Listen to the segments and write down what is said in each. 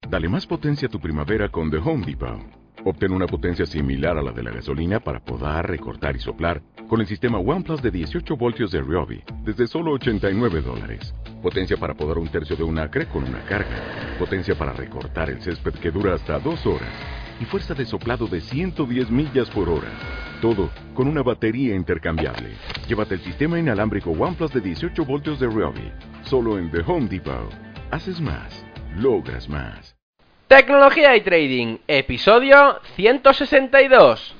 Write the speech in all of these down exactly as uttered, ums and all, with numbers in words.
Dale más potencia a tu primavera con The Home Depot. Obtén una potencia similar a la de la gasolina para podar, recortar y soplar con el sistema OnePlus de dieciocho voltios de Ryobi desde solo ochenta y nueve dólares. Potencia para podar un tercio de un acre con una carga. Potencia para recortar el césped que dura hasta dos horas. Y fuerza de soplado de ciento diez millas por hora. Todo con una batería intercambiable. Llévate el sistema inalámbrico OnePlus de dieciocho voltios de Ryobi. Solo en The Home Depot. Haces más. Logras más. Tecnología y Trading, episodio ciento sesenta y dos.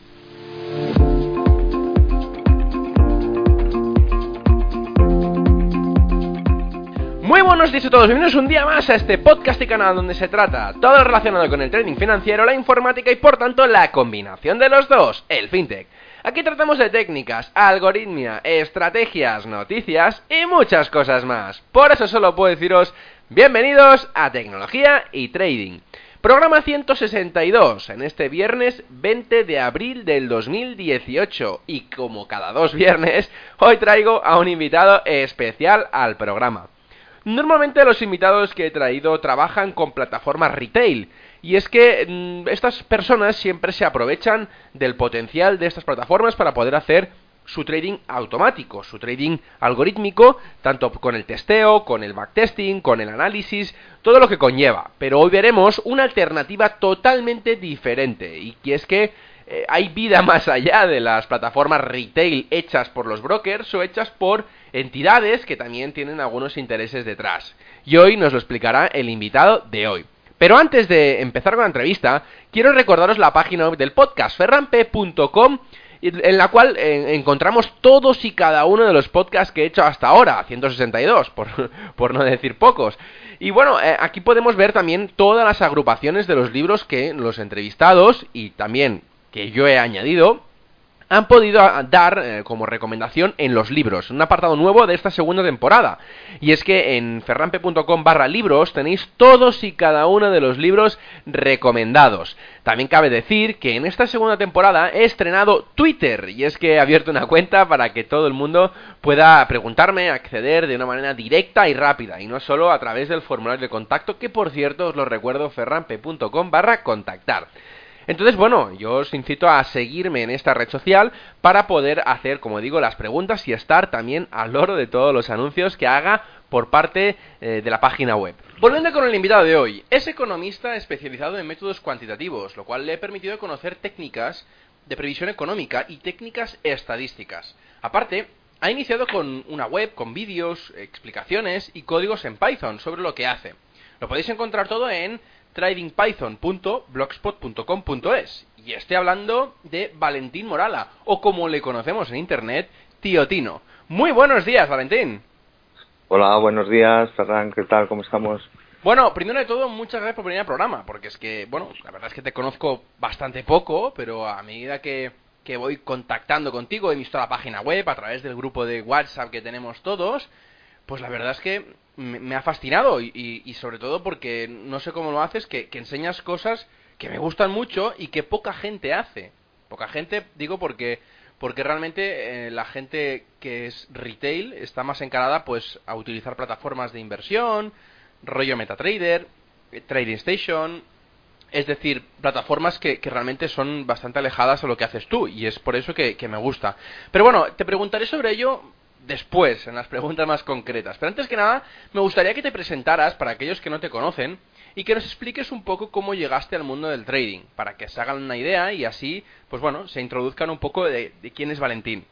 Muy buenos días a todos, bienvenidos un día más a este podcast y canal donde se trata todo relacionado con el trading financiero, la informática y por tanto la combinación de los dos, el fintech. Aquí tratamos de técnicas, algoritmia, estrategias, noticias y muchas cosas más. Por eso solo puedo deciros bienvenidos a Tecnología y Trading. Programa ciento sesenta y dos, en este viernes veinte de abril del dos mil dieciocho. Y como cada dos viernes, hoy traigo a un invitado especial al programa. Normalmente los invitados que he traído trabajan con plataformas retail. Y es que mmm, estas personas siempre se aprovechan del potencial de estas plataformas para poder hacer su trading automático, su trading algorítmico, tanto con el testeo, con el backtesting, con el análisis, todo lo que conlleva. Pero hoy veremos una alternativa totalmente diferente, y que es que eh, hay vida más allá de las plataformas retail hechas por los brokers o hechas por entidades que también tienen algunos intereses detrás. Y hoy nos lo explicará el invitado de hoy. Pero antes de empezar con la entrevista, quiero recordaros la página web del podcast, ferrampe punto com, en la cual eh, encontramos todos y cada uno de los podcasts que he hecho hasta ahora, ciento sesenta y dos, por, por no decir pocos. Y bueno, eh, aquí podemos ver también todas las agrupaciones de los libros que los entrevistados, y también que yo he añadido, han podido dar eh, como recomendación en los libros, un apartado nuevo de esta segunda temporada. Y es que en ferrampe punto com barra libros tenéis todos y cada uno de los libros recomendados. También cabe decir que en esta segunda temporada he estrenado Twitter, y es que he abierto una cuenta para que todo el mundo pueda preguntarme, acceder de una manera directa y rápida, y no solo a través del formulario de contacto, que por cierto os lo recuerdo, ferrampe punto com barra contactar. Entonces, bueno, yo os incito a seguirme en esta red social para poder hacer, como digo, las preguntas y estar también al loro de todos los anuncios que haga por parte eh, de la página web. Volviendo con el invitado de hoy, es economista especializado en métodos cuantitativos, lo cual le ha permitido conocer técnicas de previsión económica y técnicas estadísticas. Aparte, ha iniciado con una web con vídeos, explicaciones y códigos en Python sobre lo que hace. Lo podéis encontrar todo en trading python punto blogspot punto com punto es. Y estoy hablando de Valentín Morala, o como le conocemos en internet, Tío Tino. Muy buenos días, Valentín. Hola, buenos días, Ferran, ¿qué tal? ¿Cómo estamos? Bueno, primero de todo, muchas gracias por venir al programa, porque es que, bueno, la verdad es que te conozco bastante poco, pero a medida que, que voy contactando contigo, he visto la página web a través del grupo de WhatsApp que tenemos todos, pues la verdad es que me ha fascinado y, y, y sobre todo porque no sé cómo lo haces, que, que enseñas cosas que me gustan mucho y que poca gente hace. Poca gente, digo, porque porque realmente eh, la gente que es retail está más encarada pues a utilizar plataformas de inversión, rollo MetaTrader, Trading Station, es decir, plataformas que, que realmente son bastante alejadas a lo que haces tú, y es por eso que, que me gusta. Pero bueno, te preguntaré sobre ello después, en las preguntas más concretas. Pero antes que nada, me gustaría que te presentaras para aquellos que no te conocen y que nos expliques un poco cómo llegaste al mundo del trading, para que se hagan una idea y así, pues bueno, se introduzcan un poco de, de quién es Valentín.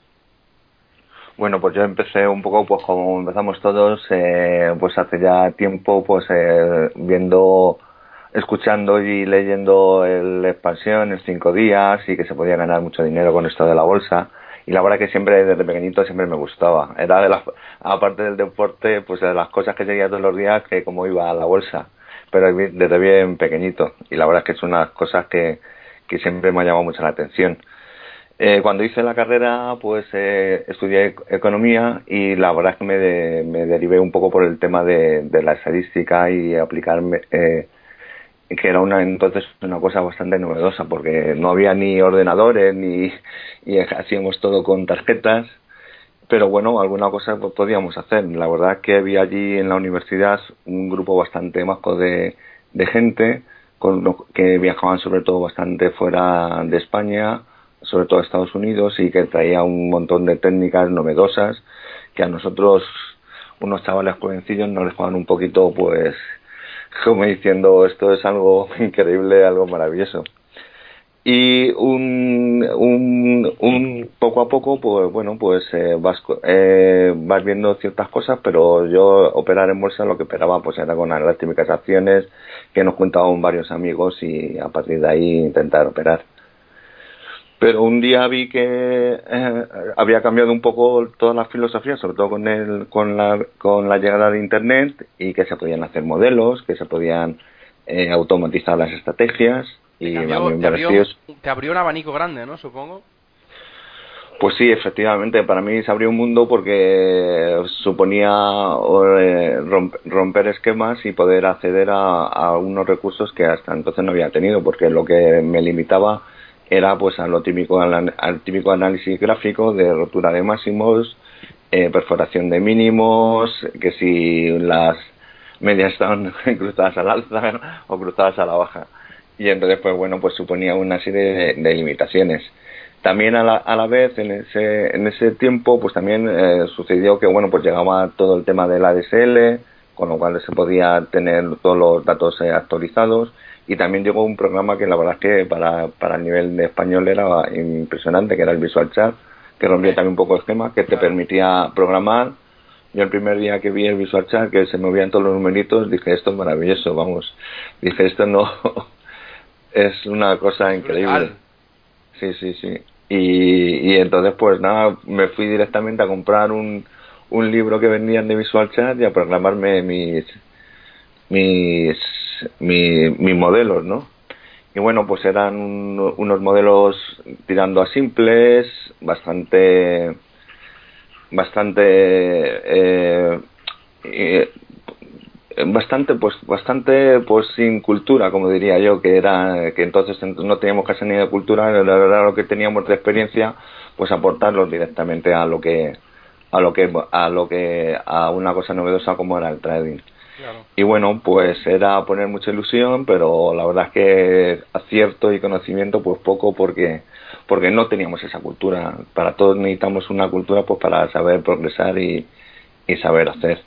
Bueno, pues yo empecé un poco, pues como empezamos todos, eh, pues hace ya tiempo, pues eh, viendo, escuchando y leyendo el Expansión en cinco días y que se podía ganar mucho dinero con esto de la bolsa. Y la verdad que siempre, desde pequeñito, siempre me gustaba. Era de las, aparte del deporte, pues de las cosas que seguía todos los días, que como iba a la bolsa. Pero desde bien pequeñito. Y la verdad es que es unas cosas que, que siempre me ha llamado mucho la atención. Eh, cuando hice la carrera, pues eh, estudié economía y la verdad es que me, de, me derivé un poco por el tema de, de la estadística y aplicarme... Eh, que era una entonces una cosa bastante novedosa porque no había ni ordenadores ni y hacíamos todo con tarjetas, pero bueno, alguna cosa podíamos hacer. La verdad es que había allí en la universidad un grupo bastante majo de, de gente con lo, que viajaban sobre todo bastante fuera de España, sobre todo a Estados Unidos, y que traía un montón de técnicas novedosas que a nosotros, unos chavales jovencillos, nos dejaban un poquito, pues, como diciendo, esto es algo increíble, algo maravilloso. Y un, un, un poco a poco, pues bueno, pues eh, vas, eh, vas viendo ciertas cosas, pero yo operar en bolsa lo que operaba pues era con las típicas acciones que nos contaban varios amigos, y a partir de ahí intentar operar. Pero un día vi que eh, había cambiado un poco toda la filosofía, sobre todo con el, con la, con la llegada de Internet, y que se podían hacer modelos, que se podían eh, automatizar las estrategias. Y Te a abrió, mí me te, pareció, abrió, te abrió un abanico grande, ¿no? Supongo. pues sí, efectivamente, para mí se abrió un mundo porque suponía eh, romper, romper esquemas y poder acceder a, a unos recursos que hasta entonces no había tenido, porque lo que me limitaba era pues a lo típico, al, al típico análisis gráfico de rotura de máximos, eh, perforación de mínimos, que si las medias estaban cruzadas al alza o cruzadas a la baja. Y entonces, pues bueno, pues suponía una serie de, de limitaciones. También a la, a la vez, en ese, en ese tiempo, pues también eh, sucedió que, bueno, pues llegaba todo el tema del A D S L, con lo cual se podía tener todos los datos eh, actualizados, y también llegó un programa que la verdad es que para, para el nivel de español era impresionante, que era el Visual Chart, que rompía también un poco el esquema, que te Claro. permitía programar. Yo el primer día que vi el Visual Chart, que se movían todos los numeritos, dije, esto es maravilloso, vamos. Dije, esto no... es una cosa Es increíble. brutal. Sí, sí, sí. Y, y entonces, pues nada, me fui directamente a comprar un, un libro que vendían de Visual Chat y a programarme mis, mis, mi- mis modelos, ¿no? Y bueno, pues eran un- unos modelos tirando a simples, bastante, bastante, eh, eh, bastante pues bastante pues sin cultura, como diría yo, que era que entonces no teníamos casi ni de cultura, la verdad lo que teníamos de experiencia, pues aportarlos directamente a lo que a lo que a lo que a una cosa novedosa como era el trading. Claro. Y bueno, pues era poner mucha ilusión, pero la verdad es que acierto y conocimiento pues poco, porque porque no teníamos esa cultura. Para todos necesitamos una cultura pues para saber progresar y, y saber hacer.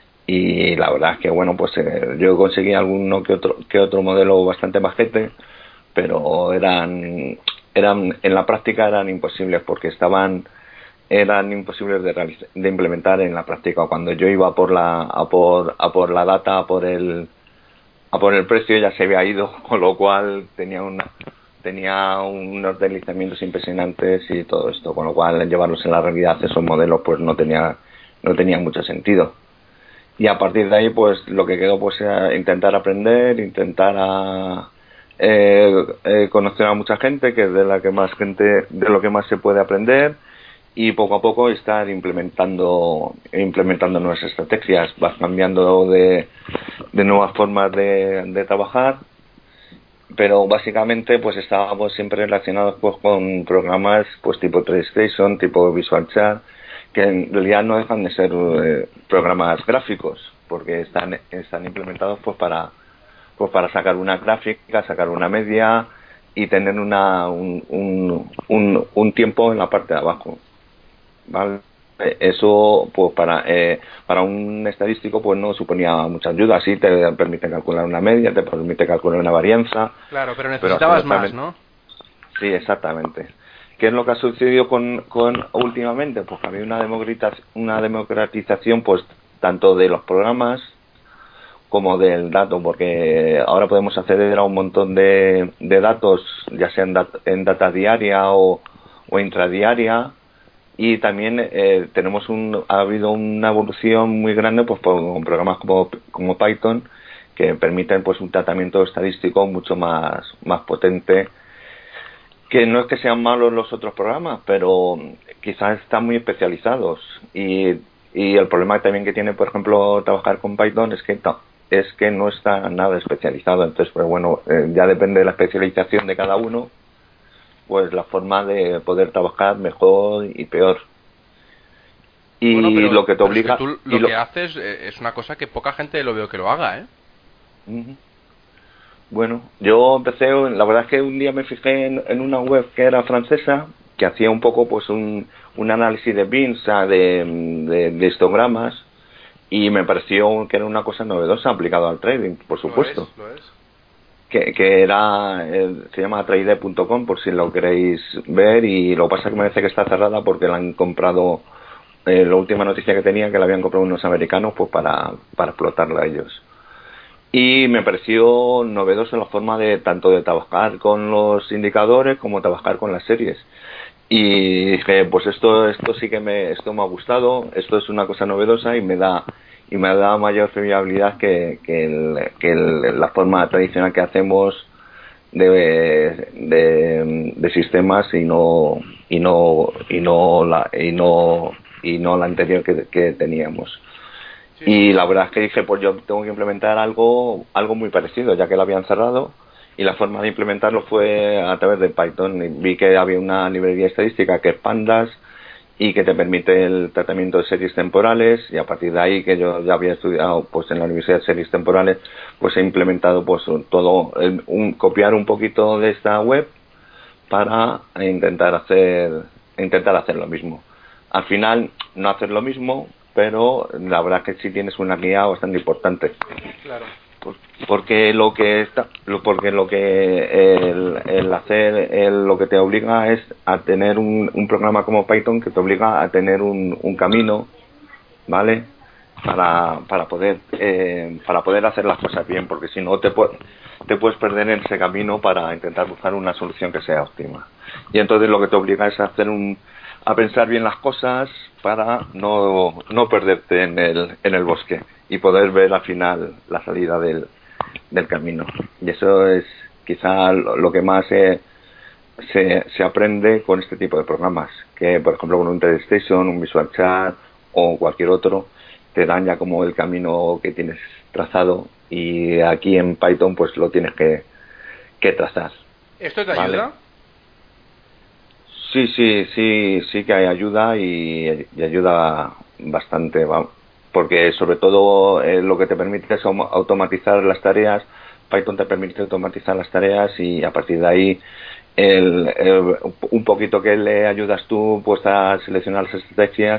Y la verdad es que bueno, pues eh, yo conseguí alguno que otro que otro modelo bastante majete, pero eran eran en la práctica eran imposibles, porque estaban eran imposibles de realizar, de implementar en la práctica. Cuando yo iba por la a por a por la data, a por el a por el precio, ya se había ido, con lo cual tenía una tenía unos deslizamientos impresionantes y todo esto, con lo cual llevarlos en la realidad esos modelos pues no tenía no tenía mucho sentido. Y a partir de ahí pues lo que quedó pues era intentar aprender, intentar a, eh, eh, conocer a mucha gente, que es de la que más gente de lo que más se puede aprender, y poco a poco estar implementando implementando nuevas estrategias. Vas cambiando de, de nuevas formas de, de trabajar, pero básicamente pues estábamos siempre relacionados pues con programas pues tipo TradeStation, tipo Visual Chart, que en realidad no dejan de ser eh, programas gráficos, porque están están implementados pues para pues para sacar una gráfica, sacar una media y tener una un, un, un, un tiempo en la parte de abajo, ¿vale? Eso pues para eh, para un estadístico pues no suponía mucha ayuda. Sí te permite calcular una media, te permite calcular una varianza, Claro, pero pero necesitabas más, ¿no? sí, exactamente. ¿Qué es lo que ha sucedido con, con últimamente? Pues que había una democratización, una democratización pues tanto de los programas como del dato, porque ahora podemos acceder a un montón de, de datos, ya sea en, dat, en data diaria o, o intradiaria, y también eh, tenemos un ha habido una evolución muy grande pues por, con programas como, como Python, que permiten pues un tratamiento estadístico mucho más más potente, que no es que sean malos los otros programas, pero quizás están muy especializados, y, y el problema también que tiene, por ejemplo, trabajar con Python es que no, es que no está nada especializado. Entonces, pues bueno, eh, ya depende de la especialización de cada uno, pues la forma de poder trabajar mejor y peor. Bueno, Y pero, lo que te pero es que obliga tú y lo lo que haces eh, es una cosa que poca gente lo veo que lo haga, ¿eh? Ujú. Bueno, yo empecé, la verdad es que un día me fijé en, en una web que era francesa, que hacía un poco pues un, un análisis de B I M, o sea, de, de, de histogramas, y me pareció que era una cosa novedosa aplicada al trading, por Lo es, supuesto. lo es. Que, que era, eh, se llama trade punto com por si lo queréis ver, y lo que pasa es que me parece que está cerrada porque la han comprado, eh, la última noticia que tenía que la habían comprado unos americanos pues para, para explotarla a ellos. Y me pareció novedoso la forma de tanto de trabajar con los indicadores como trabajar con las series. Y dije, pues esto esto sí que me esto me ha gustado, esto es una cosa novedosa y me da y me da mayor fiabilidad que, que, el, que el, la forma tradicional que hacemos de, de, de sistemas y no y no y no la y no y no la anterior que, que teníamos. Sí, Y sí. la verdad es que dije, pues yo tengo que implementar algo algo muy parecido, ya que lo habían cerrado, y la forma de implementarlo fue a través de Python. Y vi que había una librería estadística que es Pandas y que te permite el tratamiento de series temporales, y a partir de ahí, que yo ya había estudiado pues en la Universidad de Series Temporales, pues he implementado pues todo, el, un, copiar un poquito de esta web para intentar hacer intentar hacer lo mismo. Al final no hacer lo mismo, pero la verdad es que sí tienes una guía bastante importante. Claro. Por- porque lo que está lo- porque lo que el, el hacer el, lo que te obliga es a tener un, un programa como Python, que te obliga a tener un, un camino, ¿vale? para para poder eh, para poder hacer las cosas bien, porque si no te puedes te puedes perder en ese camino para intentar buscar una solución que sea óptima. Y entonces lo que te obliga es a hacer un a pensar bien las cosas para no no perderte en el en el bosque y poder ver al final la salida del del camino. Y eso es quizá lo, lo que más se, se se aprende con este tipo de programas, que por ejemplo con un TradeStation, un Visual Chart o cualquier otro te dan ya como el camino que tienes trazado, y aquí en Python pues lo tienes que, que trazar, ¿Esto te ¿vale? ayuda? Sí, sí, sí, sí que hay ayuda, y, y ayuda bastante, va, porque sobre todo eh, lo que te permite es autom- automatizar las tareas. Python te permite automatizar las tareas, y a partir de ahí el, el- un poquito que le ayudas tú pues a seleccionar las estrategias.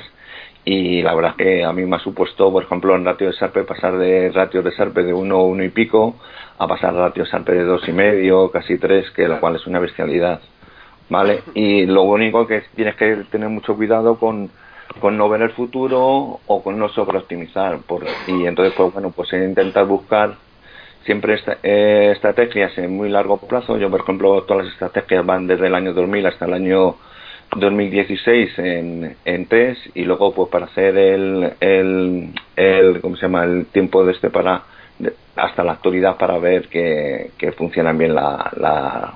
Y la verdad es que a mí me ha supuesto, por ejemplo, en ratio de Sharpe, pasar de ratios de Sharpe de uno, uno y pico, a pasar a ratios Sharpe de dos y medio, casi tres, que lo Claro. cual es una bestialidad, ¿vale? Y lo único que tienes que tener mucho cuidado con, con no ver el futuro o con no sobreoptimizar. Por, y entonces, pues bueno, pues intentar buscar siempre esta, eh, estrategias en muy largo plazo. Yo, por ejemplo, todas las estrategias van desde el año dos mil hasta el año dos mil dieciséis en, en test, y luego pues para hacer el, el, el ¿cómo se llama? El tiempo de este para de, hasta la actualidad, para ver que, que funcionan bien la, la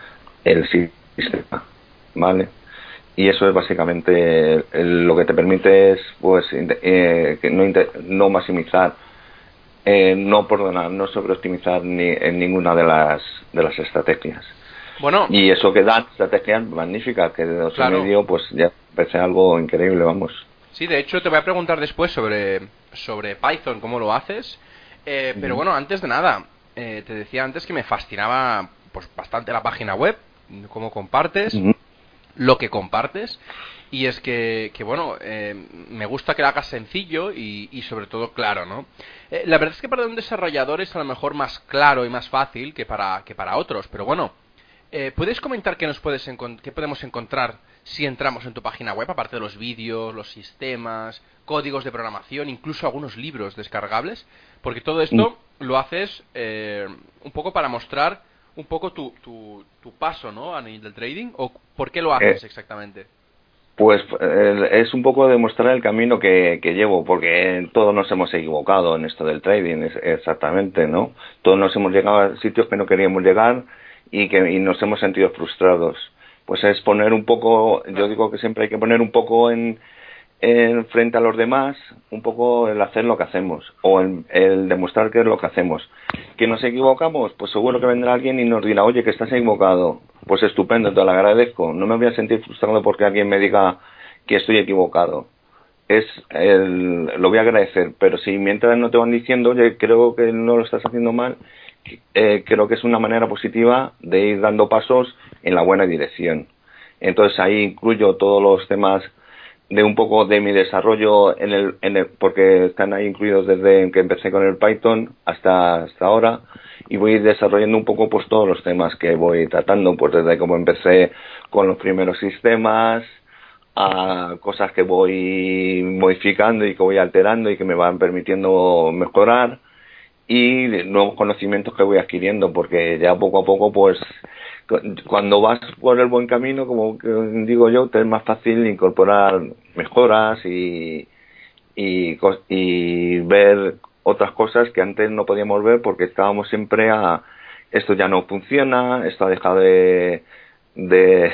el sistema, ¿vale? Y eso es básicamente el, el, lo que te permite es pues eh, que no, no maximizar, eh, no perdonar, no sobreoptimizar ni en ninguna de las de las estrategias. Bueno, Y eso que dan estrategias magníficas, que de dos y claro. medio pues ya parece algo increíble, vamos. Sí, de hecho te voy a preguntar después sobre, sobre Python, cómo lo haces. Eh, pero Uh-huh. bueno, antes de nada, eh, te decía antes que me fascinaba pues bastante la página web, cómo compartes, Uh-huh. lo que compartes. Y es que, que bueno, eh, me gusta que lo hagas sencillo y, y sobre todo claro, ¿no? Eh, la verdad es que para un desarrollador es a lo mejor más claro y más fácil que para, que para otros, pero bueno, eh, ¿puedes comentar qué, nos puedes encon- qué podemos encontrar si entramos en tu página web, aparte de los vídeos, los sistemas, códigos de programación, incluso algunos libros descargables? Porque todo esto lo haces eh, un poco para mostrar un poco tu, tu, tu paso, ¿no? A nivel del trading, o por qué lo Eh, haces exactamente. pues eh, es un poco demostrar el camino que, que llevo, porque todos nos hemos equivocado en esto del trading, es, exactamente, ¿no? Todos nos hemos llegado a sitios que no queríamos llegar, y que y nos hemos sentido frustrados. Pues es poner un poco, yo Claro. digo que siempre hay que poner un poco en, en frente a los demás, un poco el hacer lo que hacemos, o el, el demostrar qué es lo que hacemos. ¿Que nos equivocamos? Pues seguro que vendrá alguien y nos dirá, oye, que estás equivocado. Pues estupendo, te lo agradezco. No me voy a sentir frustrado porque alguien me diga que estoy equivocado. Es el, lo voy a agradecer, pero si mientras no te van diciendo, oye, creo que no lo estás haciendo mal, eh, creo que es una manera positiva de ir dando pasos en la buena dirección. Entonces ahí incluyo todos los temas de un poco de mi desarrollo en el, en el porque están ahí incluidos desde que empecé con el Python hasta hasta ahora, y voy desarrollando un poco pues todos los temas que voy tratando, pues desde cómo empecé con los primeros sistemas a cosas que voy modificando y que voy alterando y que me van permitiendo mejorar, y de nuevos conocimientos que voy adquiriendo, porque ya poco a poco pues cuando vas por el buen camino, como digo yo, te es más fácil incorporar mejoras y, y, y ver otras cosas que antes no podíamos ver porque estábamos siempre a esto ya no funciona, esto ha dejado de de,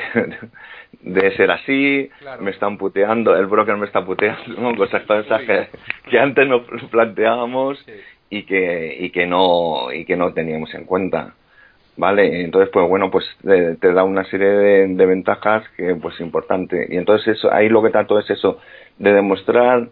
de ser así, claro. Me están puteando, el broker me está puteando, ¿no? Cosas, cosas que, que antes nos planteábamos, sí. y que y que no y que no teníamos en cuenta. Vale, entonces pues bueno, pues te, te da una serie de, de ventajas que pues importante, y entonces eso, ahí lo que trato es eso, de demostrar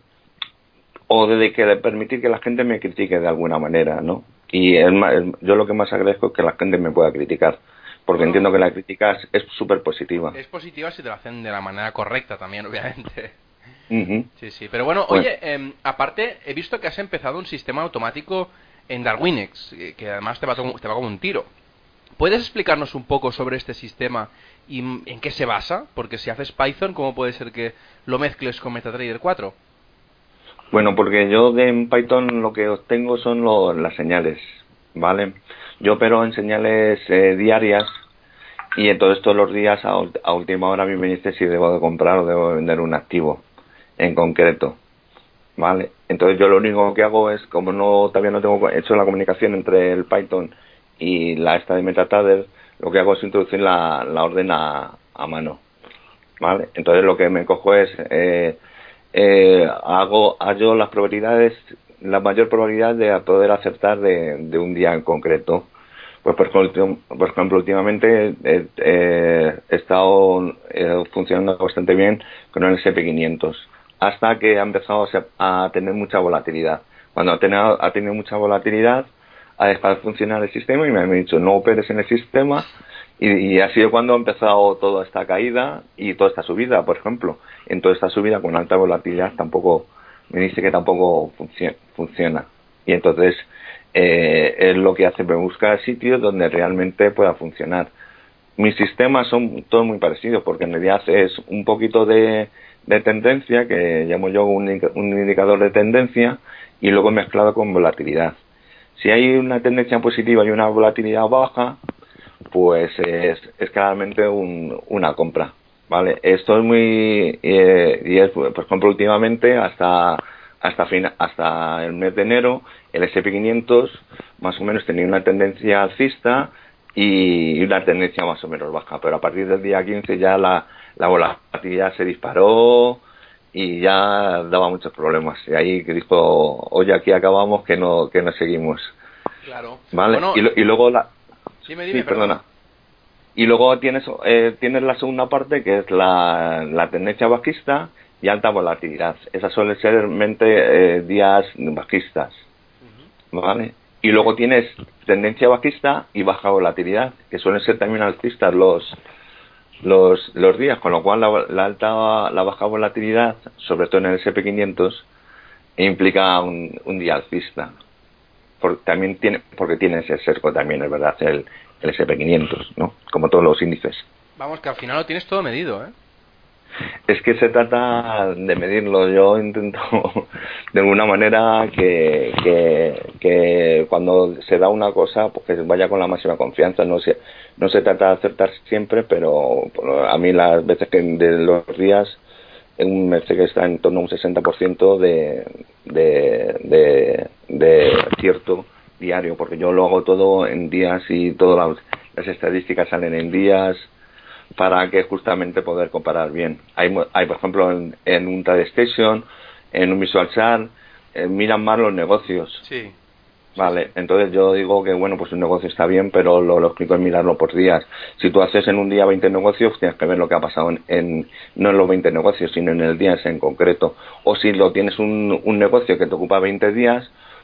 o de, que, de permitir que la gente me critique de alguna manera, ¿no? Y el, el, yo lo que más agradezco es que la gente me pueda criticar, porque bueno, entiendo que la crítica es súper positiva. Es positiva si te lo hacen de la manera correcta también, obviamente. Uh-huh. Sí, sí, pero bueno, bueno. oye, eh, aparte he visto que has empezado un sistema automático en Darwinex, que además te va, te va como un tiro. ¿Puedes explicarnos un poco sobre este sistema y en qué se basa? Porque si haces Python, ¿cómo puede ser que lo mezcles con MetaTrader cuatro? Bueno, porque yo de en Python lo que obtengo son lo, las señales, ¿vale? Yo opero en señales eh, diarias, y entonces todos los días a, a última hora a mí me dice si debo de comprar o debo de vender un activo en concreto, ¿vale? Entonces yo lo único que hago es, como no todavía no tengo hecho la comunicación entre el Python y la esta de MetaTrader, lo que hago es introducir la, la orden a, a mano, ¿vale? Entonces lo que me cojo es eh, eh, hago hallo las probabilidades, la mayor probabilidad de poder acertar de, de un día en concreto. Pues por ejemplo, por ejemplo últimamente eh, eh, he estado eh, funcionando bastante bien con el ese and pe quinientos, hasta que ha empezado a, a tener mucha volatilidad. Cuando ha tenido, ha tenido mucha volatilidad, ha dejado de funcionar el sistema y me han dicho no operes en el sistema, y, y ha sido cuando ha empezado toda esta caída y toda esta subida. Por ejemplo, en toda esta subida con alta volatilidad tampoco me dice que tampoco func- funciona, y entonces eh, es lo que hace, me busca sitios donde realmente pueda funcionar. Mis sistemas son todos muy parecidos, porque en realidad es un poquito de, de tendencia, que llamo yo un, un indicador de tendencia, y luego mezclado con volatilidad. Si hay una tendencia positiva y una volatilidad baja, pues es, es claramente un, una compra, ¿vale? Esto es muy eh, y es, por ejemplo, últimamente hasta hasta fin, hasta el mes de enero el ese and pe quinientos más o menos tenía una tendencia alcista y una tendencia más o menos baja, pero a partir del día quince ya la, la volatilidad se disparó y ya daba muchos problemas, y ahí que dijo, oye, aquí acabamos, que no que no seguimos. Claro. Vale. Bueno, y, lo, y luego la dime, dime, sí, perdona. Y luego tienes eh, tienes la segunda parte, que es la, la tendencia bajista y alta volatilidad. Esas suelen ser mente, eh, días bajistas, uh-huh. ¿Vale? Y luego tienes tendencia bajista y baja volatilidad, que suelen ser también alcistas los los los días, con lo cual la, la alta la baja volatilidad, sobre todo en el ese and pe quinientos, implica un, un día alcista. Por, también tiene, porque tiene ese sesgo también, es verdad, el, el ese and pe quinientos, ¿no? Como todos los índices. Vamos, que al final lo tienes todo medido, ¿eh? Es que se trata de medirlo. Yo intento de alguna manera que, que, que cuando se da una cosa, pues que vaya con la máxima confianza. No se, no se trata de acertar siempre, pero a mí las veces que de los días, un me parece que está en torno a un sesenta por ciento de, de, de, de cierto diario, porque yo lo hago todo en días y todas las, las estadísticas salen en días, para que justamente poder comparar bien. Hay, hay por ejemplo, en, en un TradeStation, en un Visual Chart, eh, miran más los negocios. Sí. Vale, entonces yo digo que, bueno, pues un negocio está bien, pero lo, lo explico en mirarlo por días. Si tú haces en un día veinte negocios, tienes que ver lo que ha pasado en, en no en los veinte negocios, sino en el día ese en concreto. O si lo tienes un, un negocio que te ocupa veinte días,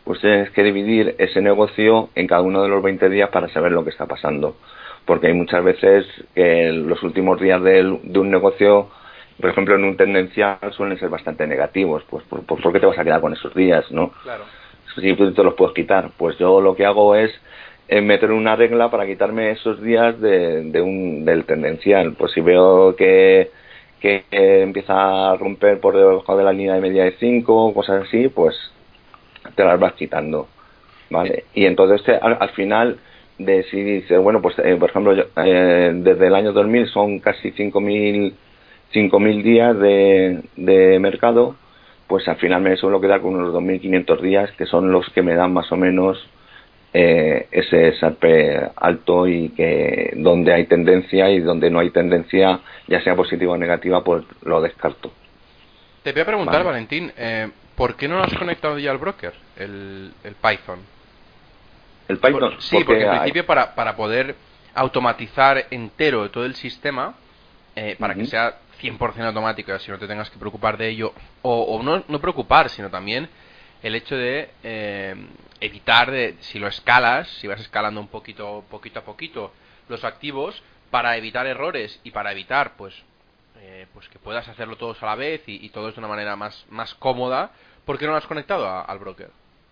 pues tienes que dividir ese negocio en cada uno de los veinte días para saber lo que está pasando. Porque hay muchas veces que los últimos días de, de un negocio, por ejemplo, en un tendencial suelen ser bastante negativos. Pues ¿por, por, ¿por qué te vas a quedar con esos días, no? Claro. Si tú te los puedes quitar. Pues yo lo que hago es eh, meter una regla para quitarme esos días de, de un, del tendencial. Pues si veo que, que eh, empieza a romper por debajo de la línea de media de cinco, cosas así, pues te las vas quitando, ¿vale? Y entonces te, al, al final de si dices, bueno, pues eh, por ejemplo, yo, eh, desde el año dos mil son casi cinco mil días de, de mercado, pues al final me suelo quedar con unos dos mil quinientos días, que son los que me dan más o menos eh, ese S A P alto, y que donde hay tendencia y donde no hay tendencia, ya sea positiva o negativa, pues lo descarto. Te voy a preguntar, Vale. Valentín, eh, ¿por qué no lo has conectado ya al broker, el, el Python? El Python, Por, sí, porque, porque en hay... principio para, para poder automatizar entero todo el sistema, eh, para uh-huh. que sea cien por ciento automático, así no te tengas que preocupar de ello, o, o no, no preocupar, sino también el hecho de eh, evitar, de, si lo escalas, si vas escalando un poquito, poquito a poquito los activos, para evitar errores y para evitar, pues, eh, pues que puedas hacerlo todos a la vez y, y todo es de una manera más, más cómoda. ¿Por qué no lo has conectado a, al broker?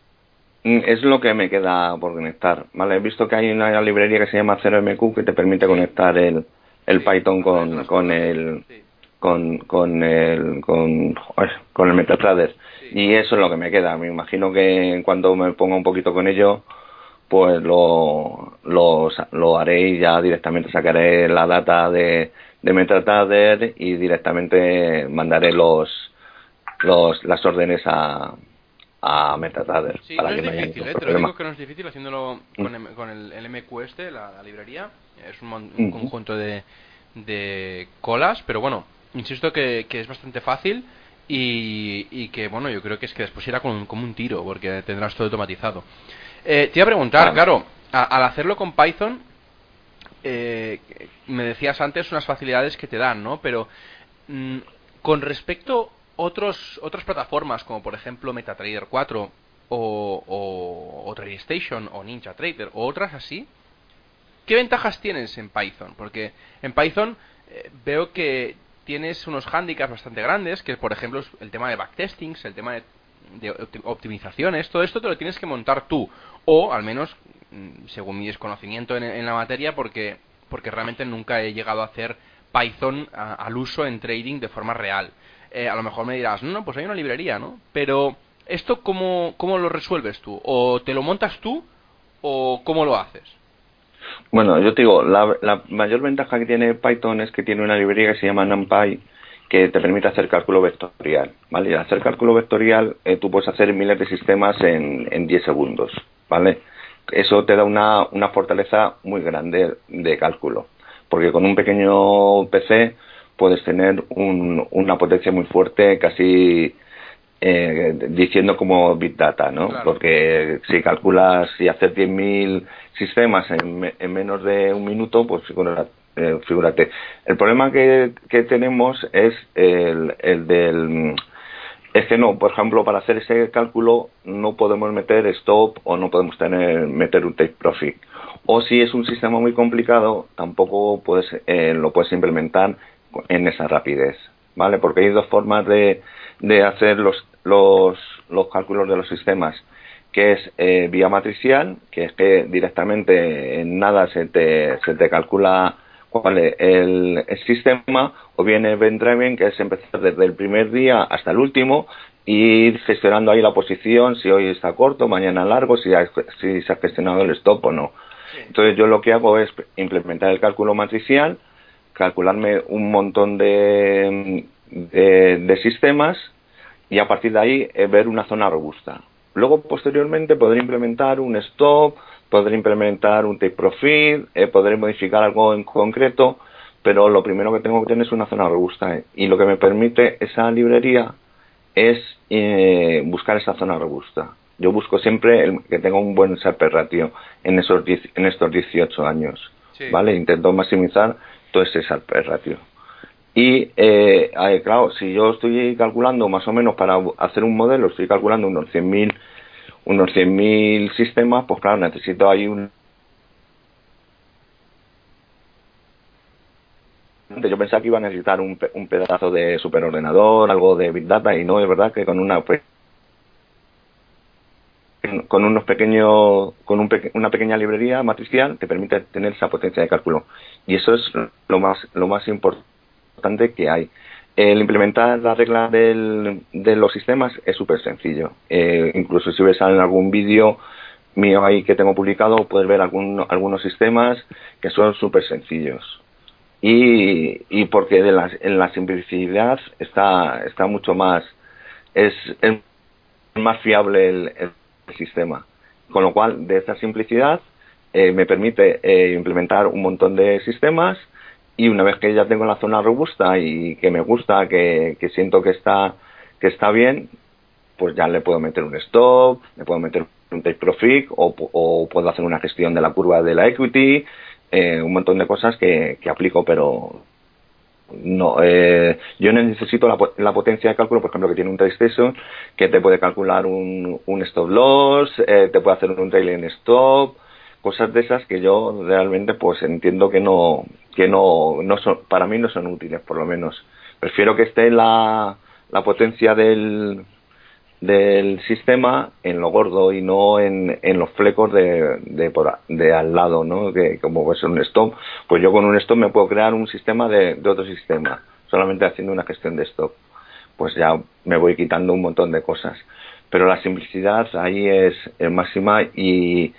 Es lo que me queda por conectar, ¿vale? He visto que hay una librería que se llama cero eme cu que te permite sí. conectar el, el sí, Python con, con el sí. con, con el con, con el MetaTrader sí. y eso es lo que me queda. Me imagino que cuando me ponga un poquito con ello, pues lo lo, lo haré y ya directamente sacaré la data de, de MetaTrader y directamente mandaré los los las órdenes a a MetaTrader. Sí, para no que es no difícil, haya ¿eh? Te lo digo que no es difícil haciéndolo con, mm. con el, el eme cu este, la, la librería. Es un, un mm. conjunto de, de colas, pero bueno, insisto que, que es bastante fácil y, y que, bueno, yo creo que es que después irá como, como un tiro, porque tendrás todo automatizado. Eh, te iba a preguntar, vale. claro, a, al hacerlo con Python, eh, me decías antes unas facilidades que te dan, ¿no? Pero mm, con respecto otros otras plataformas como por ejemplo MetaTrader cuatro o, o, o TradeStation o NinjaTrader o otras así, ¿qué ventajas tienes en Python? Porque en Python eh, veo que tienes unos handicaps bastante grandes, que por ejemplo el tema de backtestings, el tema de, de optimizaciones, todo esto te lo tienes que montar tú, o al menos según mi desconocimiento en, en la materia, porque porque realmente nunca he llegado a hacer Python a, al uso en trading de forma real. Eh, a lo mejor me dirás, no, no, pues hay una librería, ¿no? Pero, ¿esto cómo, cómo lo resuelves tú? ¿O te lo montas tú o cómo lo haces? Bueno, yo te digo, la, la mayor ventaja que tiene Python es que tiene una librería que se llama NumPy, que te permite hacer cálculo vectorial, ¿vale? Y al hacer cálculo vectorial, eh, tú puedes hacer miles de sistemas en, en diez segundos, ¿vale? Eso te da una, una fortaleza muy grande de cálculo, porque con un pequeño P C puedes tener un, una potencia muy fuerte, casi eh, diciendo como Big Data, ¿no? Claro. Porque si calculas y haces diez mil sistemas en, en menos de un minuto, pues figúrate. Eh, figúrate. El problema que, que tenemos es el, el del... Es que no, por ejemplo, para hacer ese cálculo no podemos meter stop o no podemos tener meter un take profit. O si es un sistema muy complicado, tampoco puedes eh, lo puedes implementar en esa rapidez, ¿vale? Porque hay dos formas de, de hacer los, los, los cálculos de los sistemas, que es eh, vía matricial, que es que directamente en nada se te, se te calcula cuál es el, el sistema, o bien event driven, que es empezar desde el primer día hasta el último y ir gestionando ahí la posición, si hoy está corto, mañana largo, si, hay, si se ha gestionado el stop o no. Sí. Entonces yo lo que hago es implementar el cálculo matricial, calcularme un montón de, de, de sistemas y a partir de ahí eh, ver una zona robusta. Luego, posteriormente, podré implementar un stop, podré implementar un take profit, eh, podré modificar algo en concreto, pero lo primero que tengo que tener es una zona robusta. Eh, y lo que me permite esa librería es eh, buscar esa zona robusta. Yo busco siempre el, que tenga un buen S A P ratio en, esos diez, en estos dieciocho años. Sí. ¿Vale? Intento maximizar todo ese S A P ratio. Y, eh, claro, si yo estoy calculando más o menos para hacer un modelo, estoy calculando unos cien mil unos cien mil sistemas, pues claro, necesito ahí un... Yo pensaba que iba a necesitar un, un pedazo de superordenador, algo de Big Data, y no, es verdad que con una con unos pequeños con un peque, una pequeña librería matricial te permite tener esa potencia de cálculo, y eso es lo más lo más importante que hay. El implementar la regla del, de los sistemas es súper sencillo. Eh, incluso si ves en algún vídeo mío ahí que tengo publicado, puedes ver algún, algunos sistemas que son súper sencillos. Y, y porque de la, en la simplicidad está está mucho más, es, es más fiable el, el sistema. Con lo cual, de esta simplicidad eh, me permite eh, implementar un montón de sistemas, y una vez que ya tengo la zona robusta y que me gusta, que, que siento que está que está bien, pues ya le puedo meter un stop, le puedo meter un take profit, o, o puedo hacer una gestión de la curva de la equity, eh, un montón de cosas que, que aplico, pero no, eh, yo necesito la, la potencia de cálculo, por ejemplo, que tiene un TradeStation, que te puede calcular un, un stop loss, eh, te puede hacer un trailing stop, cosas de esas que yo realmente pues entiendo que no que no, no son, para mí no son útiles, por lo menos. Prefiero que esté la, la potencia del del sistema en lo gordo y no en, en los flecos de, de, por, de al lado, ¿no? Que como puede ser un stop, pues yo con un stop me puedo crear un sistema de, de otro sistema, solamente haciendo una gestión de stop. Pues ya me voy quitando un montón de cosas. Pero la simplicidad ahí es, es máxima, y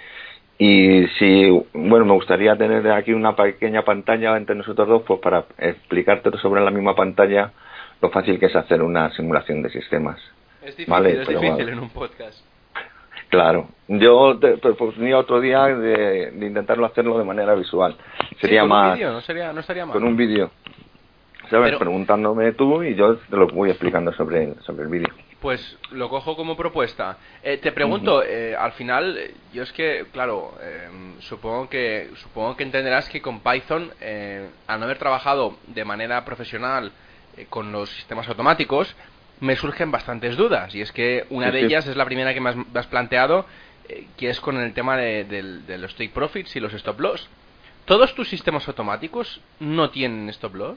y si, bueno, me gustaría tener aquí una pequeña pantalla entre nosotros dos, pues para explicarte sobre la misma pantalla lo fácil que es hacer una simulación de sistemas. Es difícil, ¿vale? es Pero, difícil bueno, en un podcast. Claro, yo te proponía otro día de, de intentarlo hacerlo de manera visual. Sería sí, con más un vídeo, no sería, no estaría mal. con un vídeo, ¿sabes? Pero, preguntándome tú y yo te lo voy explicando sobre el, sobre el vídeo. Pues lo cojo como propuesta. Eh, te pregunto, uh-huh. eh, al final, yo es que, claro, eh, supongo que supongo que entenderás que con Python, eh, al no haber trabajado de manera profesional eh, con los sistemas automáticos, me surgen bastantes dudas. Y es que una sí, de sí. ellas es la primera que me has, me has planteado, eh, que es con el tema de, de, de los take profits y los stop loss. ¿Todos tus sistemas automáticos no tienen stop loss?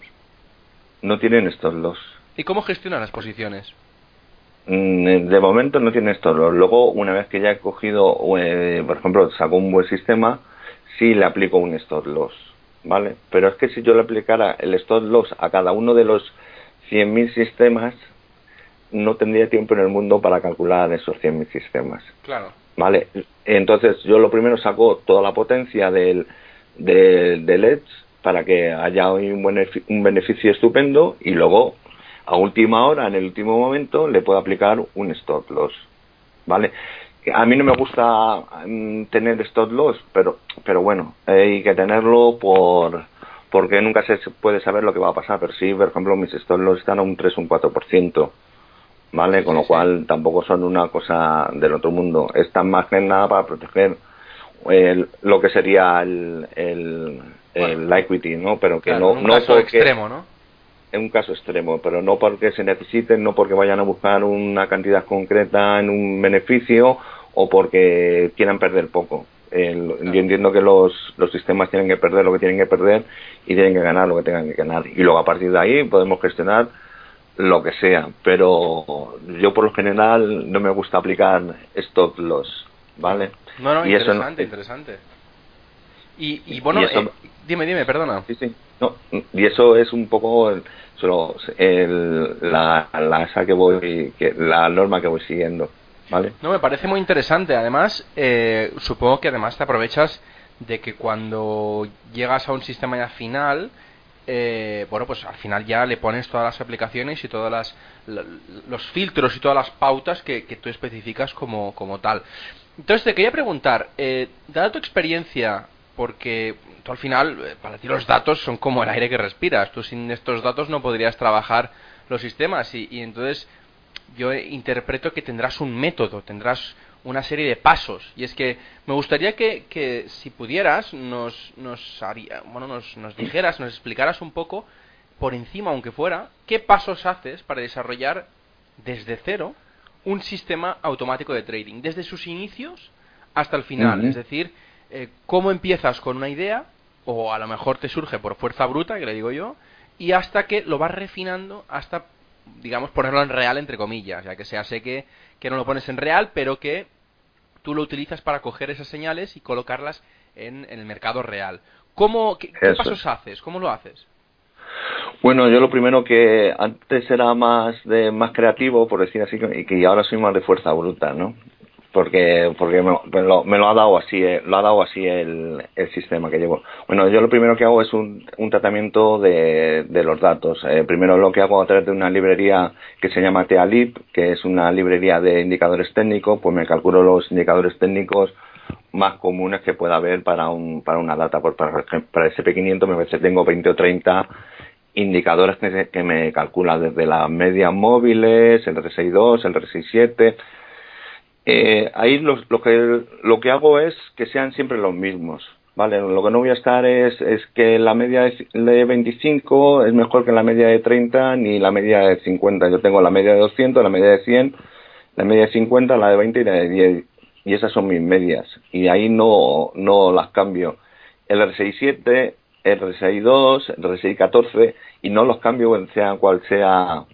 No tienen stop loss. ¿Y cómo gestionan las posiciones? De momento no tiene stop loss. Luego, una vez que ya he cogido, eh, por ejemplo, saco un buen sistema, sí le aplico un stop loss, ¿vale? Pero es que si yo le aplicara el stop loss a cada uno de los cien mil sistemas, no tendría tiempo en el mundo para calcular esos cien mil sistemas. Claro. ¿Vale? Entonces, yo lo primero saco toda la potencia del, del, del Edge para que haya un, beneficio, un beneficio estupendo, y luego a última hora, en el último momento, le puedo aplicar un stop loss, ¿vale? A mí no me gusta um, tener stop loss, pero pero bueno, hay que tenerlo por porque nunca se puede saber lo que va a pasar. Pero sí, por ejemplo, mis stop loss están a un tres o un cuatro por ciento, ¿vale? Con sí, lo sí. cual tampoco son una cosa del otro mundo. Están más que nada para proteger el, lo que sería el, el, el bueno, equity, ¿no? Pero que claro, no, en un no caso porque, extremo, ¿no? En un caso extremo, pero no porque se necesiten, no porque vayan a buscar una cantidad concreta en un beneficio, o porque quieran perder poco. El, claro. Yo entiendo que los, los sistemas tienen que perder lo que tienen que perder y tienen que ganar lo que tengan que ganar. Y luego a partir de ahí podemos gestionar lo que sea. Pero yo por lo general no me gusta aplicar stop loss, ¿vale? No, no, y interesante, eso no, interesante. Y, y bueno, y eso, eh, dime, dime, perdona. Sí, sí. No, y eso es un poco el, solo el, la, la esa que voy, que, la norma que voy siguiendo, ¿vale? No, me parece muy interesante. Además, eh, supongo que además te aprovechas de que cuando llegas a un sistema ya final, eh, bueno, pues al final ya le pones todas las aplicaciones y todas las los filtros y todas las pautas que, que tú especificas como, como tal. Entonces te quería preguntar, eh, dada tu experiencia, porque tú al final, para ti los datos son como el aire que respiras, tú sin estos datos no podrías trabajar los sistemas, y, y entonces yo interpreto que tendrás un método, tendrás una serie de pasos, y es que me gustaría que, que si pudieras nos nos, haría, bueno, nos nos dijeras, nos explicaras un poco por encima, aunque fuera, qué pasos haces para desarrollar desde cero un sistema automático de trading, desde sus inicios hasta el final. Uh-huh. Es decir, eh, cómo empiezas con una idea, o a lo mejor te surge por fuerza bruta, que le digo yo, y hasta que lo vas refinando hasta, digamos, ponerlo en real, entre comillas, ya que se hace que, que no lo pones en real, pero que tú lo utilizas para coger esas señales y colocarlas en, en el mercado real. ¿Cómo, qué, qué pasos haces? ¿Cómo lo haces? Bueno, yo lo primero que antes era más de más creativo, por decir así, y que ahora soy más de fuerza bruta, ¿no? Porque porque me, me, lo, me lo ha dado así, eh, lo ha dado así el, el sistema que llevo. Bueno, yo lo primero que hago es un, un tratamiento de, de los datos. Eh, primero lo que hago a través de una librería que se llama Tealib, que es una librería de indicadores técnicos, pues me calculo los indicadores técnicos más comunes que pueda haber para un para una data. Por, para, para el ese pe quinientos me parece que tengo veinte o treinta indicadores que, que me calculan desde las medias móviles, el R S I dos, el R S I siete. Eh, ahí lo, lo que lo que hago es que sean siempre los mismos, ¿vale? Lo que no voy a estar es, es que la media de veinticinco es mejor que la media de treinta ni la media de cincuenta. Yo tengo la media de doscientos, la media de cien, la media de cincuenta, la de veinte y la de diez. Y esas son mis medias. Y ahí no, no las cambio. El R S I siete, el R S I dos, el R S I catorce, y no los cambio sea cual sea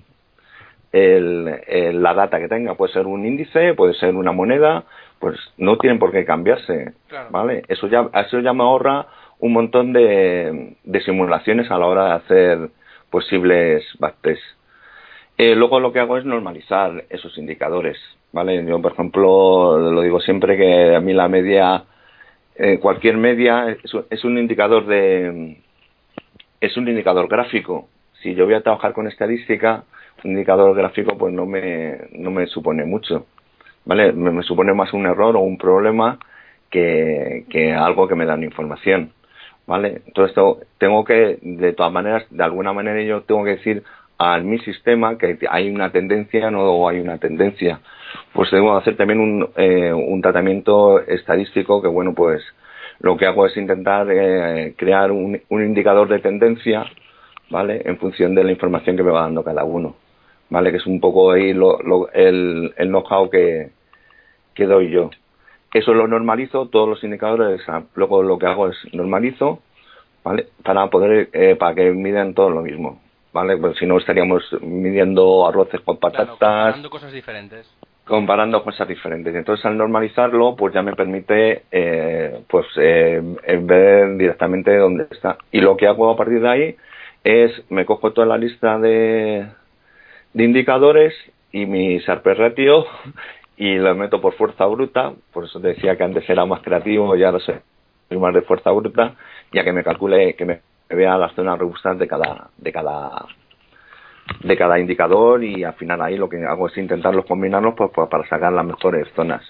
el, el, la data que tenga. Puede ser un índice, puede ser una moneda, pues no tienen por qué cambiarse, claro. ¿Vale? Eso ya, eso ya me ahorra un montón de, de simulaciones a la hora de hacer posibles backtests. Eh, luego lo que hago es normalizar esos indicadores, ¿vale? Yo, por ejemplo, lo digo siempre que a mí la media, eh, cualquier media es, es un indicador de, es un indicador gráfico. Si yo voy a trabajar con estadística, un indicador gráfico pues no me, no me supone mucho, ¿vale? Me, me supone más un error o un problema que, que algo que me da una información, ¿vale? Entonces esto tengo que, de todas maneras, de alguna manera yo tengo que decir a mi sistema que hay una tendencia, no hay una tendencia. Pues tengo que hacer también un, eh, un tratamiento estadístico que, bueno, pues lo que hago es intentar eh, crear un, un indicador de tendencia, ¿vale? En función de la información que me va dando cada uno, ¿vale? Que es un poco ahí lo, lo, el, el know-how que, que doy yo. Eso lo normalizo, todos los indicadores, luego lo que hago es normalizo, ¿vale? Para poder, eh, para que midan todo lo mismo, ¿vale? Pues si no estaríamos midiendo arroces con patatas. Claro, comparando cosas diferentes. Comparando cosas diferentes. Entonces al normalizarlo, pues ya me permite, eh, pues, eh, ver directamente dónde está. Y lo que hago a partir de ahí es, me cojo toda la lista de, de indicadores y mi Sharpe ratio y lo meto por fuerza bruta. Por eso te decía que antes era más creativo y ahora soy más de fuerza bruta, ya que me calcule, que me vea las zonas robustas de cada, de cada, de cada indicador, y al final ahí lo que hago es intentarlos combinarlos pues, pues para sacar las mejores zonas.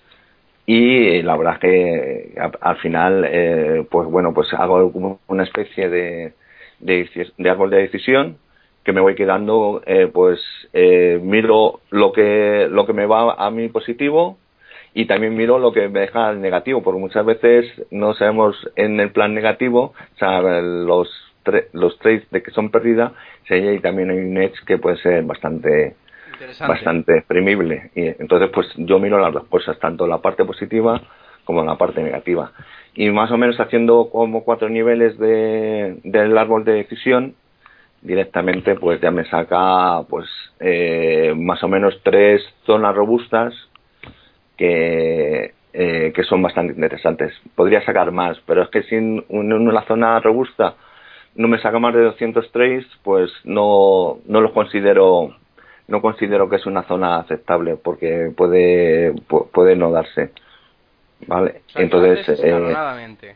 Y la verdad es que al final, eh, pues bueno, pues hago como una especie de, de, de árbol de decisión que me voy quedando, eh, pues eh, miro lo que, lo que me va a mí positivo, y también miro lo que me deja el negativo, porque muchas veces no sabemos en el plan negativo, o sea, los, los trades de que son pérdidas, si hay también hay un edge que puede ser bastante bastante exprimible. Y entonces pues yo miro las dos cosas, tanto la parte positiva como la parte negativa. Y más o menos haciendo como cuatro niveles de, del árbol de decisión, directamente pues ya me saca pues eh, más o menos tres zonas robustas que eh, que son bastante interesantes. Podría sacar más, pero es que si en una zona robusta no me saca más de doscientos trades, pues no no lo considero no considero que es una zona aceptable, porque puede puede no darse, ¿vale? O sea, entonces eh,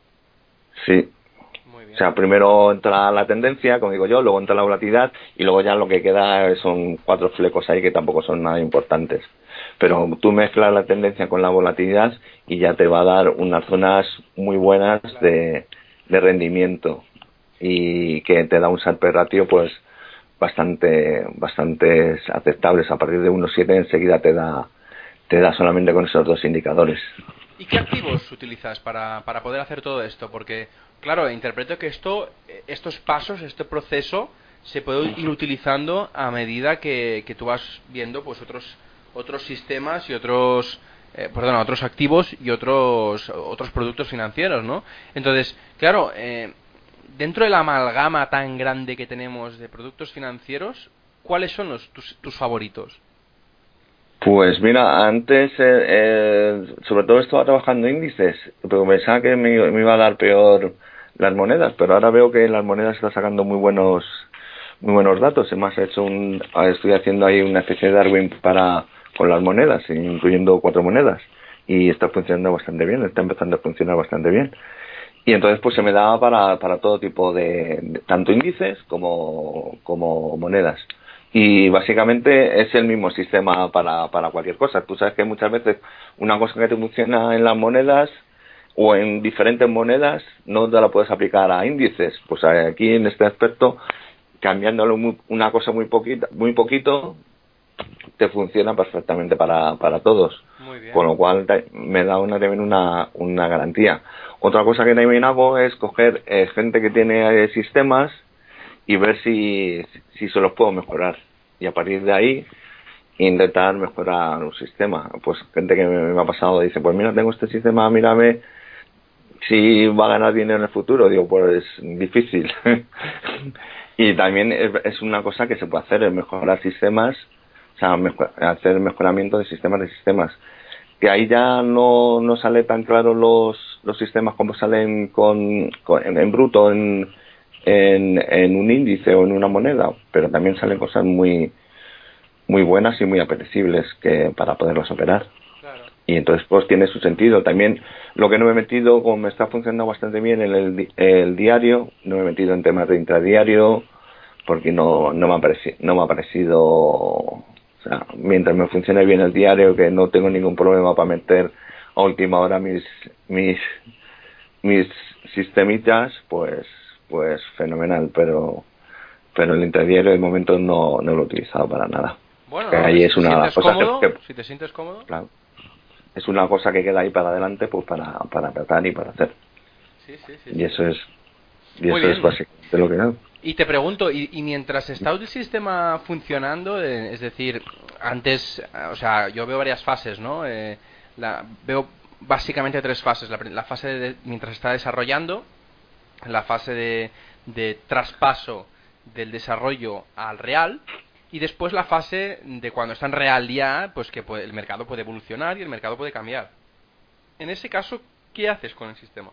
sí. O sea, primero entra la tendencia, como digo yo, luego entra la volatilidad, y luego ya lo que queda son cuatro flecos ahí que tampoco son nada importantes. Pero tú mezclas la tendencia con la volatilidad y ya te va a dar unas zonas muy buenas de, de rendimiento, y que te da un Sharpe ratio pues bastante bastante aceptables. A partir de uno punto siete enseguida te da te da solamente con esos dos indicadores. ¿Y qué activos utilizas para, para poder hacer todo esto? Porque, claro, interpreto que esto, estos pasos, este proceso, se puede ir utilizando a medida que, que tú vas viendo pues otros otros sistemas y otros, eh, perdona, otros activos y otros otros productos financieros, ¿no? Entonces, claro, eh, dentro de la amalgama tan grande que tenemos de productos financieros, ¿cuáles son los tus, tus favoritos? Pues mira, antes, eh, eh, sobre todo estaba trabajando índices, pero pensaba que me, me iba a dar peor las monedas, pero ahora veo que las monedas están sacando muy buenos muy buenos datos. Además, he hecho un, estoy haciendo ahí una especie de Darwin para con las monedas, incluyendo cuatro monedas, y está funcionando bastante bien, está empezando a funcionar bastante bien. Y entonces pues se me daba para, para todo tipo de, de tanto índices como, como monedas. Y básicamente es el mismo sistema para, para cualquier cosa. Tú sabes que muchas veces una cosa que te funciona en las monedas o en diferentes monedas no te la puedes aplicar a índices. Pues aquí en este aspecto, cambiándolo muy, una cosa muy poquito, muy poquito, te funciona perfectamente para, para todos. Muy bien. Con lo cual me da una, también una, una garantía. Otra cosa que también hago es coger eh, gente que tiene eh, sistemas y ver si, si se los puedo mejorar. Y a partir de ahí, intentar mejorar un sistema. Pues gente que me, me ha pasado dice, pues mira, tengo este sistema, mírame si va a ganar dinero en el futuro. Digo, pues difícil. Y también es, es una cosa que se puede hacer, es mejorar sistemas, o sea, mejor, hacer mejoramiento de sistemas de sistemas. Que ahí ya no, no sale tan claro los, los sistemas como salen con, con en, en bruto, en, en, en un índice o en una moneda, pero también salen cosas muy muy buenas y muy apetecibles que para poderlas operar. Claro. Y entonces pues tiene su sentido. También lo que no me he metido, como me está funcionando bastante bien en el, el diario, no me he metido en temas de intradiario porque no, no me ha parecido, no me ha parecido, o sea, mientras me funcione bien el diario, que no tengo ningún problema para meter a última hora mis mis mis sistemitas, pues pues fenomenal, pero pero el intradiario de momento no, no lo he utilizado para nada. Bueno, Que no, ahí si es te una de sientes las cosas cómodo, que, que si te sientes cómodo. claro, es una cosa que queda ahí para adelante, pues para para tratar y para hacer. Sí, sí, sí, Y sí. eso es y Muy eso bien. es básicamente lo que hago. Y te pregunto, y, y mientras está el sistema funcionando, eh, es decir, antes, eh, o sea, yo veo varias fases, ¿no? Eh, la, veo básicamente tres fases. La, pri- la fase de mientras está desarrollando, la fase de, de traspaso del desarrollo al real, y después la fase de cuando está en real ya, pues que puede- el mercado puede evolucionar y el mercado puede cambiar. En ese caso, ¿qué haces con el sistema?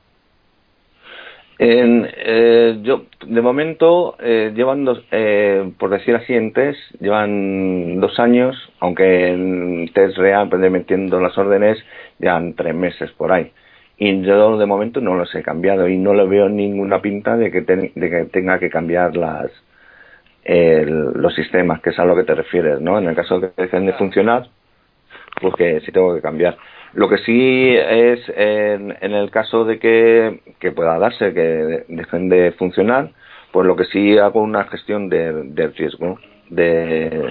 En, eh, yo, de momento, eh, llevan dos, eh, por decir así, en test, llevan dos años, aunque en test real, pues, metiendo las órdenes, llevan tres meses por ahí. Y yo, de momento, no los he cambiado y no le veo ninguna pinta de que, ten- de que tenga que cambiar las el- los sistemas, que es a lo que te refieres, ¿no? En el caso de que dejen de funcionar, pues que sí tengo que cambiar. Lo que sí es, en, en el caso de que, que pueda darse, que dejen de funcionar, pues lo que sí hago una gestión de, de riesgo de,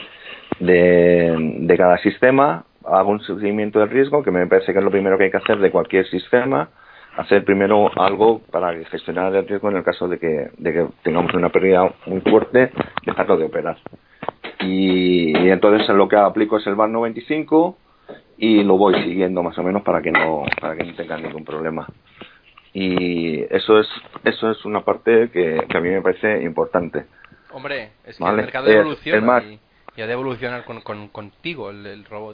de, de cada sistema, hago un seguimiento del riesgo, que me parece que es lo primero que hay que hacer de cualquier sistema, hacer primero algo para gestionar el riesgo en el caso de que, de que tengamos una pérdida muy fuerte, dejarlo de operar. Y, y entonces lo que aplico es el V A R noventa y cinco y lo voy siguiendo más o menos para que no para que no tenga ningún problema. Y eso es eso es una parte que, que a mí me parece importante. Hombre, es que el ¿Vale? mercado Es, es evoluciona más, y, y ha de evolucionar con, con- contigo el, el robot.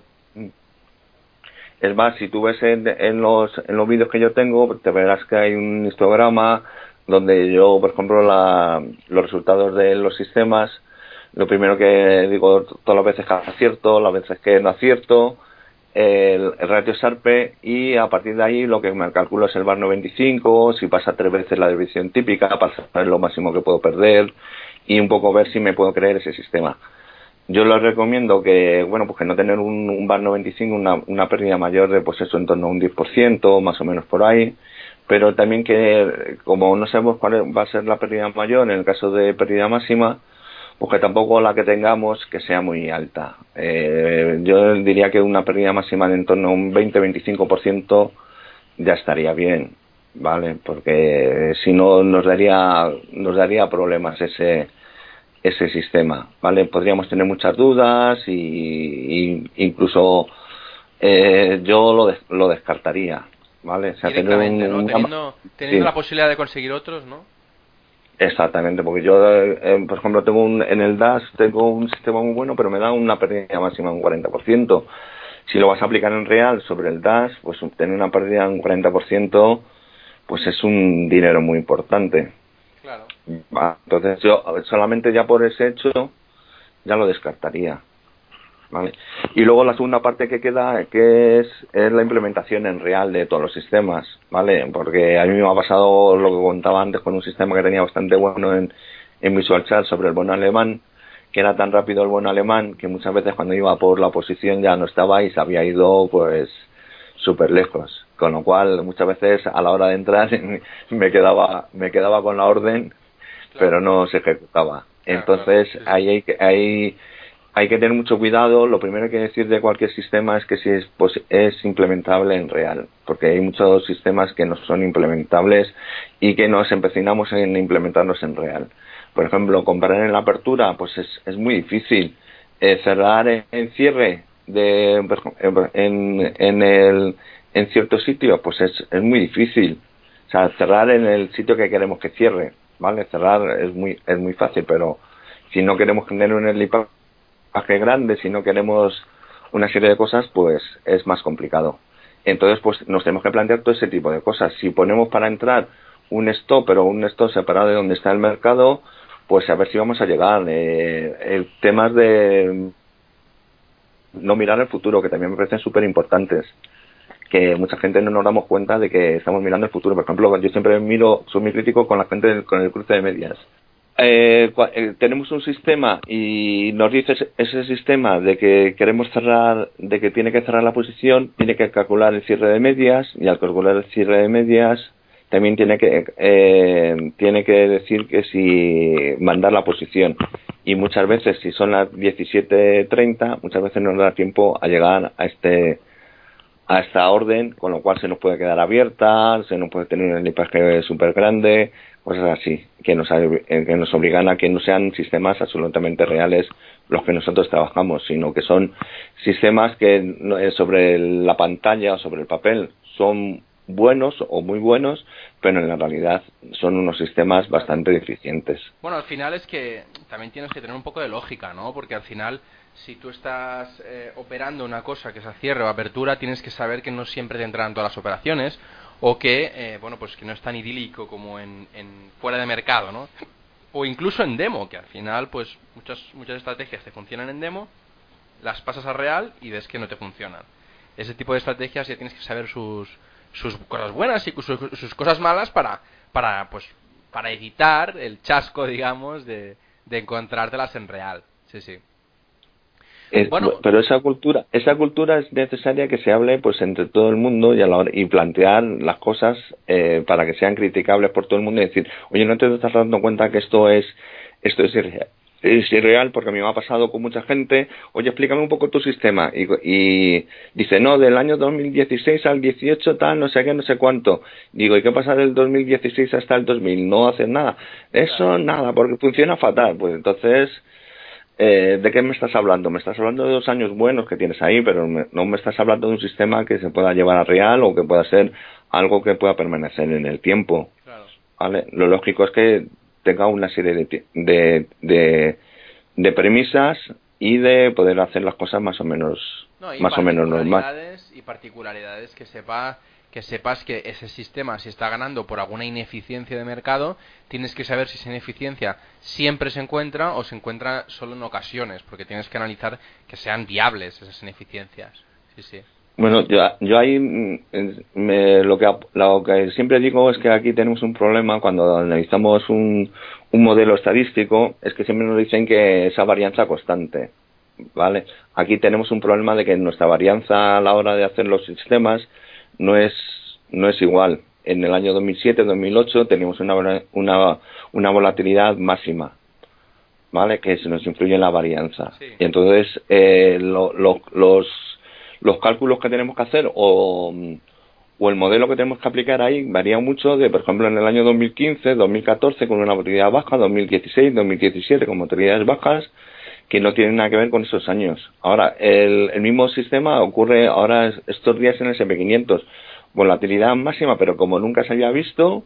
es más, si tú ves en, en los en los vídeos que yo tengo, te verás que hay un histograma donde yo, por ejemplo, la, los resultados de los sistemas, lo primero que digo todas las veces que acierto, las veces que no acierto, el, el ratio Sharpe, y a partir de ahí lo que me calculo es el V A R noventa y cinco, si pasa tres veces la desviación típica para saber lo máximo que puedo perder y un poco ver si me puedo creer ese sistema. Yo les recomiendo que, bueno, pues que no tener un, un V A R noventa y cinco, una, una pérdida mayor de, pues eso, en torno a un diez por ciento, más o menos por ahí, pero también que, como no sabemos cuál va a ser la pérdida mayor, en el caso de pérdida máxima, pues que tampoco la que tengamos que sea muy alta. Eh, yo diría que una pérdida máxima de en torno a un veinte a veinticinco por ciento ya estaría bien, ¿vale? Porque si no nos daría, nos daría problemas ese ese sistema, ¿vale? Podríamos tener muchas dudas y, y incluso eh, yo lo, des, lo descartaría, ¿vale? O sea, directamente, tener un, ¿no? una, Teniendo, teniendo sí. la posibilidad de conseguir otros, ¿no? Exactamente, porque yo, eh, por ejemplo, tengo un, en el DAS tengo un sistema muy bueno, pero me da una pérdida máxima de un cuarenta por ciento. Si lo vas a aplicar en real sobre el DAS, pues tener una pérdida de un cuarenta por ciento, pues es un dinero muy importante. Claro. Entonces yo solamente ya por ese hecho ya lo descartaría. ¿Vale? Y luego la segunda parte que queda, que es, es la implementación en real de todos los sistemas, ¿vale? Porque a mí me ha pasado lo que contaba antes con un sistema que tenía bastante bueno en, en Visual Chart sobre el bono alemán, que era tan rápido el bono alemán que muchas veces cuando iba por la oposición ya no estaba y se había ido pues súper lejos, con lo cual muchas veces a la hora de entrar me quedaba me quedaba con la orden, claro, pero no se ejecutaba. Entonces claro, claro. ahí hay que hay Hay que tener mucho cuidado. Lo primero que hay que decir de cualquier sistema es que si es, pues, es implementable en real, porque hay muchos sistemas que no son implementables y que nos empecinamos en implementarlos en real. Por ejemplo, comparar en la apertura, pues es, es muy difícil. Eh, cerrar en, en cierre de en, en el en cierto sitio, pues es, es muy difícil. O sea, cerrar en el sitio que queremos que cierre, ¿vale? Cerrar es muy es muy fácil, pero si no queremos tener un early grande, si no queremos una serie de cosas, pues es más complicado. Entonces, pues nos tenemos que plantear todo ese tipo de cosas. Si ponemos para entrar un stop, pero un stop separado de donde está el mercado, pues a ver si vamos a llegar. Eh, el temas de no mirar el futuro, que también me parecen súper importantes, que mucha gente no nos damos cuenta de que estamos mirando el futuro. Por ejemplo, yo siempre miro, soy muy crítico con la gente del, con el cruce de medias. Eh, eh, tenemos un sistema y nos dice ese, ese sistema de que queremos cerrar, de que tiene que cerrar la posición, tiene que calcular el cierre de medias, y al calcular el cierre de medias también tiene que eh, tiene que decir que si mandar la posición, y muchas veces si son las diecisiete treinta muchas veces no nos da tiempo a llegar a este a esta orden, con lo cual se nos puede quedar abierta, se nos puede tener un lipaje súper grande, cosas así, que nos, que nos obligan a que no sean sistemas absolutamente reales los que nosotros trabajamos, sino que son sistemas que sobre la pantalla o sobre el papel son buenos o muy buenos, pero en la realidad son unos sistemas bastante deficientes. Bueno, al final es que también tienes que tener un poco de lógica, ¿no? Porque al final, si tú estás eh, operando una cosa que es a cierre o apertura, tienes que saber que no siempre te entrarán todas las operaciones, o que, eh, bueno, pues que no es tan idílico como en, en fuera de mercado, ¿no? O incluso en demo, que al final, pues muchas muchas estrategias te funcionan en demo, las pasas a real y ves que no te funcionan. Ese tipo de estrategias ya tienes que saber sus sus cosas buenas y sus, sus cosas malas para para pues para evitar el chasco, digamos, de, de encontrártelas en real. Sí, sí. Eh, bueno, pero esa cultura esa cultura es necesaria que se hable pues entre todo el mundo y, a la hora, y plantear las cosas eh, para que sean criticables por todo el mundo y decir, oye, no te estás dando cuenta que esto es esto es irreal, es irreal, porque a mí me ha pasado con mucha gente. Oye, explícame un poco tu sistema, y, y dice, no, del año dos mil dieciséis al dieciocho tal, no sé qué, no sé cuánto. Digo, ¿y qué pasa del dos mil dieciséis hasta el dos mil? No haces nada. Eso claro. Nada, porque funciona fatal. Pues entonces, Eh, ¿de qué me estás hablando? Me estás hablando de dos años buenos que tienes ahí, pero me, no me estás hablando de un sistema que se pueda llevar a real o que pueda ser algo que pueda permanecer en el tiempo. Claro. ¿Vale? Lo lógico es que tenga una serie de, de, de, de premisas y de poder hacer las cosas más o menos, no, y más o menos normales. Y particularidades que sepa... que sepas que ese sistema, si está ganando por alguna ineficiencia de mercado, tienes que saber si esa ineficiencia siempre se encuentra o se encuentra solo en ocasiones, porque tienes que analizar que sean viables esas ineficiencias. Sí, sí. Bueno, yo, yo ahí me, lo, que, lo que siempre digo es que aquí tenemos un problema cuando analizamos un, un modelo estadístico, es que siempre nos dicen que esa varianza constante, ¿vale? Aquí tenemos un problema de que nuestra varianza a la hora de hacer los sistemas no es no es igual. En el año dos mil siete dos mil ocho teníamos una una una volatilidad máxima, ¿vale? Que se nos influye en la varianza. Sí. Y entonces eh, lo, lo, los los cálculos que tenemos que hacer o o el modelo que tenemos que aplicar ahí varía mucho de, por ejemplo, en el año dos mil quince, dos mil catorce con una volatilidad baja, dos mil dieciséis, dos mil diecisiete con volatilidades bajas, que no tienen nada que ver con esos años. Ahora, el, el mismo sistema ocurre ahora estos días en el ese and pe quinientos, volatilidad máxima, pero como nunca se había visto,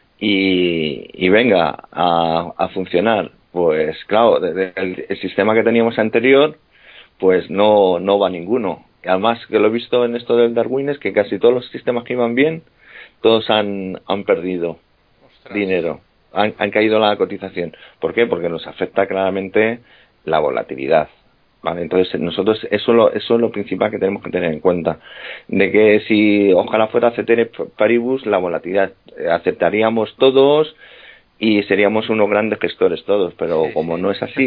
y, y venga a, a funcionar. Pues claro, desde el, el sistema que teníamos anterior, pues no, no va ninguno. Además, que lo he visto en esto del Darwin, es que casi todos los sistemas que iban bien, todos han, han perdido Ostras. dinero, han, han caído la cotización. ¿Por qué? Porque nos afecta claramente la volatilidad. Vale, entonces nosotros eso, lo, eso es lo principal que tenemos que tener en cuenta, de que si ojalá fuera ceteris paribus la volatilidad, aceptaríamos todos y seríamos unos grandes gestores todos, pero sí, como sí. no es así,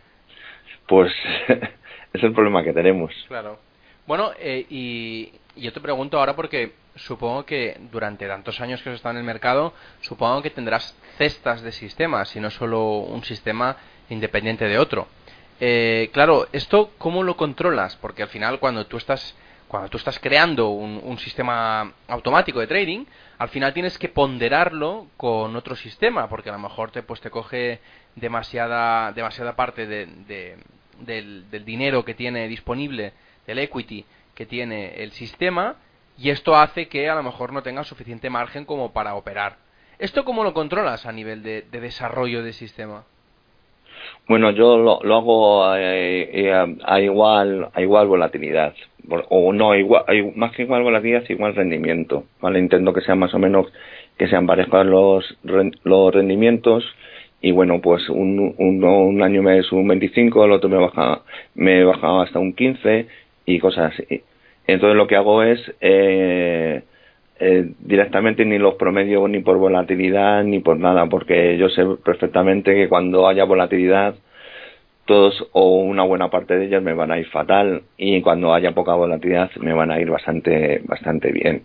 pues es el problema que tenemos. Claro. Bueno, eh, y yo te pregunto ahora porque supongo que durante tantos años que has estado en el mercado, supongo que tendrás cestas de sistemas y no solo un sistema independiente de otro. Eh, claro, ¿esto cómo lo controlas? Porque al final cuando tú estás cuando tú estás creando un, un sistema automático de trading, al final tienes que ponderarlo con otro sistema, porque a lo mejor te pues te coge demasiada demasiada parte de, de, del, del dinero que tiene disponible, del equity que tiene el sistema, y esto hace que a lo mejor no tenga suficiente margen como para operar. ¿Esto cómo lo controlas a nivel de, de desarrollo del sistema? Bueno, yo lo, lo hago a, a, a igual a igual volatilidad, o no, igual, más que igual volatilidad, igual rendimiento, ¿vale? Intento que sean más o menos, que sean parejos los, los rendimientos, y bueno, pues un, un, un año me es un veinticinco, el otro me baja, me baja hasta un quince, y cosas así. Entonces lo que hago es, eh, Eh, directamente ni los promedio ni por volatilidad ni por nada, porque yo sé perfectamente que cuando haya volatilidad todos o una buena parte de ellas me van a ir fatal, y cuando haya poca volatilidad me van a ir bastante bastante bien.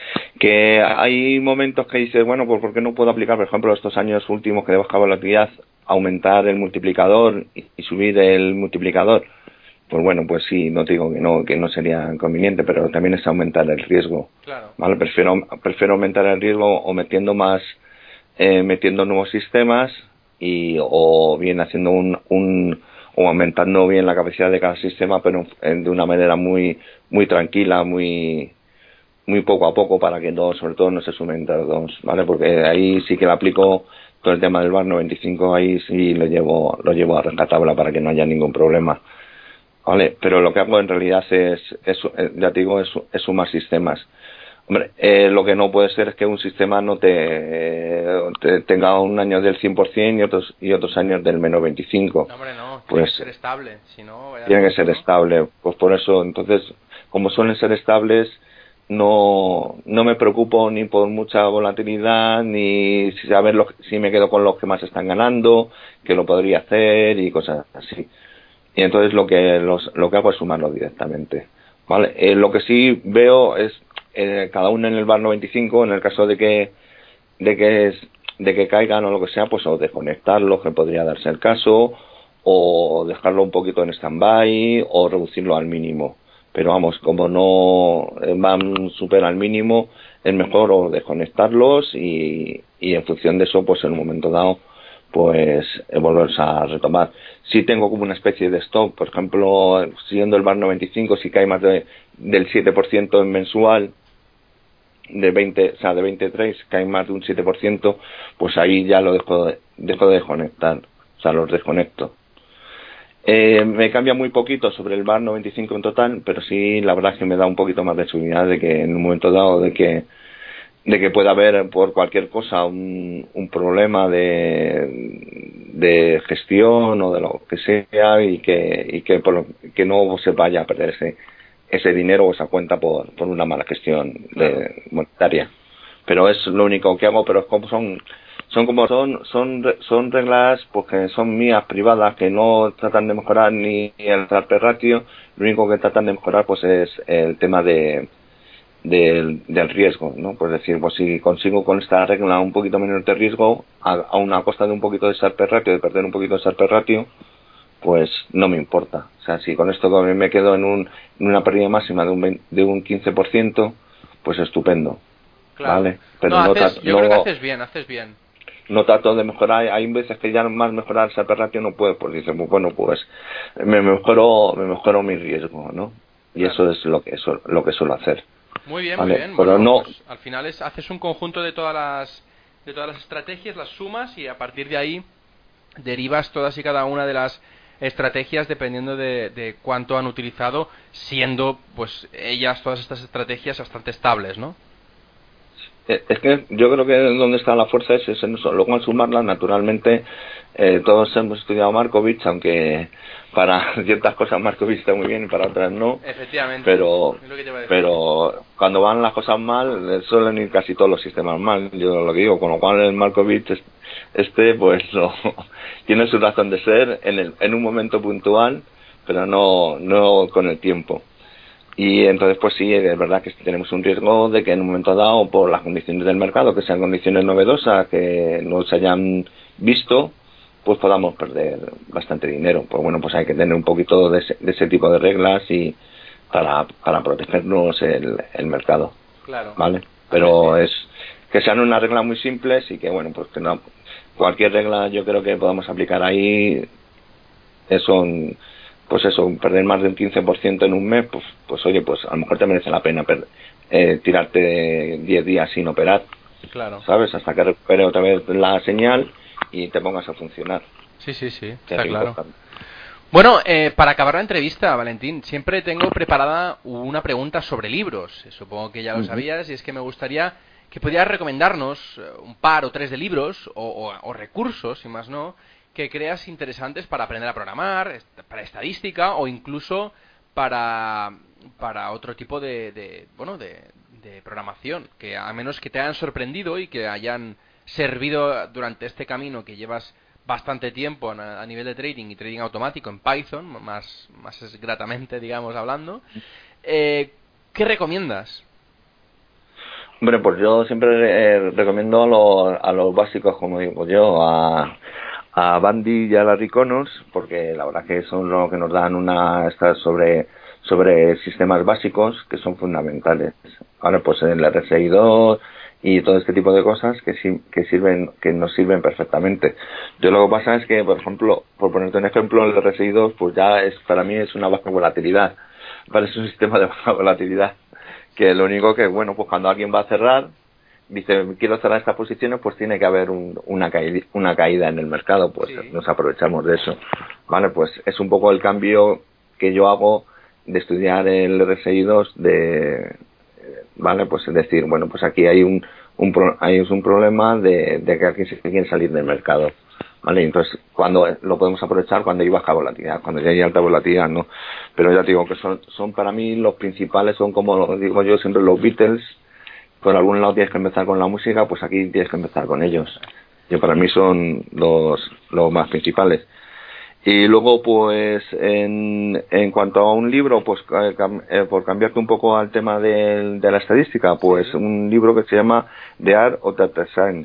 Que hay momentos que dices, bueno, pues ¿por qué no puedo aplicar, por ejemplo, estos años últimos que de baja volatilidad, aumentar el multiplicador y, y subir el multiplicador? Pues bueno, pues sí, no te digo que no, que no sería conveniente, pero también es aumentar el riesgo. Claro. ¿Vale? Prefiero, prefiero aumentar el riesgo o metiendo más, eh, metiendo nuevos sistemas, y, o bien haciendo un, un, o aumentando bien la capacidad de cada sistema, pero de una manera muy, muy tranquila, muy, muy poco a poco, para que no, sobre todo no se sumen entre los dos, ¿vale? Porque ahí sí que le aplico todo el tema del bar noventa y cinco, ahí sí lo llevo, lo llevo a rajatabla para que no haya ningún problema. Vale, pero lo que hago en realidad es, es ya te digo, es, es sumar sistemas. Hombre, eh, lo que no puede ser es que un sistema no te, te tenga un año del cien por ciento y otros y otros años del menos veinticinco. No, hombre, no, tiene pues, que ser estable, si no, tiene que ser ¿no? estable. Pues por eso, entonces, como suelen ser estables, no no me preocupo ni por mucha volatilidad, ni si saber lo, si me quedo con los que más están ganando, que lo podría hacer y cosas así. Y entonces lo que los, lo que hago es sumarlo directamente, ¿vale? Eh, lo que sí veo es eh, cada uno en el bar noventa y cinco, en el caso de que de que es, de que caigan o lo que sea, pues o desconectarlo, que podría darse el caso, o dejarlo un poquito en stand-by, o reducirlo al mínimo. Pero vamos, como no van súper al mínimo, es mejor o desconectarlos y, y en función de eso, pues en un momento dado, pues eh, volverse a retomar. Si tengo como una especie de stop, por ejemplo, siguiendo el bar noventa y cinco, si cae más de, del siete por ciento en mensual, de veinte, o sea, de veinte trades, cae más de un siete por ciento, pues ahí ya lo dejo de, dejo de desconectar, o sea, los desconecto. Eh, me cambia muy poquito sobre el bar noventa y cinco en total, pero sí, la verdad es que me da un poquito más de seguridad de que en un momento dado de que de que pueda haber por cualquier cosa un, un problema de, de gestión o de lo que sea, y que y que, por lo, que no se vaya a perder ese ese dinero o esa cuenta por, por una mala gestión de, monetaria. Pero es lo único que hago, pero es como son son como son son son reglas porque son mías, privadas, que no tratan de mejorar ni el transfer ratio. Lo único que tratan de mejorar pues es el tema de Del, del riesgo, ¿no? Pues decir, pues si consigo con esta regla un poquito menos de riesgo a, a una costa de un poquito de Sharpe ratio, de perder un poquito de Sharpe ratio, pues no me importa. O sea, si con esto me quedo en, un, en una pérdida máxima de un, veinte, de un quince por ciento, pues estupendo. Claro. ¿Vale? Pero no, no haces, ta- yo creo que luego- haces bien, haces bien. no trato de mejorar, hay veces que ya más mejorar esa ratio no puedo, pues dice, pues bueno, pues me mejoro, me mejoro mi riesgo, ¿no? Y Claro. eso es lo que eso, lo que suelo hacer. Muy bien, Vale, muy bien. pero Bueno, no- pues al final es, haces un conjunto de todas las de todas las estrategias, las sumas y a partir de ahí derivas todas y cada una de las estrategias dependiendo de, de cuánto han utilizado, siendo pues ellas todas estas estrategias bastante estables, ¿no? Eh, Es que yo creo que donde está la fuerza es, es en eso. Luego al sumarla, naturalmente, eh, todos hemos estudiado Markovich, aunque para ciertas cosas Markovich está muy bien y para otras no. Efectivamente. Pero, Es lo que te iba a decir. pero cuando van las cosas mal, eh, suelen ir casi todos los sistemas mal. Yo lo que digo, con lo cual el Markovich es- este, pues lo, tiene su razón de ser en, el, en un momento puntual, pero no, no con el tiempo. Y entonces, pues sí, es verdad que tenemos un riesgo de que en un momento dado, por las condiciones del mercado, que sean condiciones novedosas, que no se hayan visto, pues podamos perder bastante dinero. Pues bueno, pues hay que tener un poquito de ese, de ese tipo de reglas y para, para protegernos el, el mercado, Claro. ¿vale? Pero Sí, es que sean unas reglas muy simples y que, bueno, pues que no, cualquier regla yo creo que podamos aplicar ahí es un, pues eso, perder más del quince por ciento en un mes, pues, pues oye, pues a lo mejor te merece la pena per- eh, tirarte diez días sin operar, Claro. ¿sabes? Hasta que recupere otra vez la señal y te pongas a funcionar. Sí, sí, sí, Que está es claro. importante. Bueno, eh, para acabar la entrevista, Valentín, siempre tengo preparada una pregunta sobre libros. Supongo que ya lo Ujú. sabías, y es que me gustaría que pudieras recomendarnos eh, un par o tres de libros o, o- o recursos, si más no, que creas interesantes para aprender a programar, est- para estadística o incluso para, para otro tipo de, de, bueno, de, de programación, que a menos que te hayan sorprendido y que hayan servido durante este camino que llevas bastante tiempo a, a nivel de trading y trading automático en Python, más, más es gratamente, digamos, hablando. Eh, ¿Qué recomiendas? Hombre, pues yo siempre eh, recomiendo a los, a los básicos, como digo yo, a, a Bandy y a Larry Connors, porque la verdad que son los que nos dan una esta sobre sobre sistemas básicos que son fundamentales. Vale, pues el R S I dos y todo este tipo de cosas que sí, que sirven, que nos sirven perfectamente. Yo lo que pasa es que, por ejemplo, por ponerte un ejemplo, el R S I dos, pues ya es, para mí es una baja volatilidad. Vale, es un sistema de baja volatilidad. Que lo único que, bueno, pues cuando alguien va a cerrar, dice, quiero cerrar estas posiciones, pues tiene que haber un, una, caída, una caída en el mercado, pues Sí. nos aprovechamos de eso. Vale, pues es un poco el cambio que yo hago de estudiar el R S I dos, de, vale, pues es decir, bueno, pues aquí hay un, un, pro, hay un problema de, de que alguien se quiere salir del mercado. ¿Vale? Entonces, cuando lo podemos aprovechar cuando hay baja volatilidad, cuando ya hay alta volatilidad, no. Pero ya digo que son, son para mí los principales, son como lo digo yo siempre, los Beatles. Por algún lado tienes que empezar con la música, pues aquí tienes que empezar con ellos. Que para mí son los, los más principales. Y luego, pues, en, en cuanto a un libro, pues, eh, cam, eh, por cambiarte un poco al tema de, de la estadística, pues, sí. Un libro que se llama The Art of Data Science.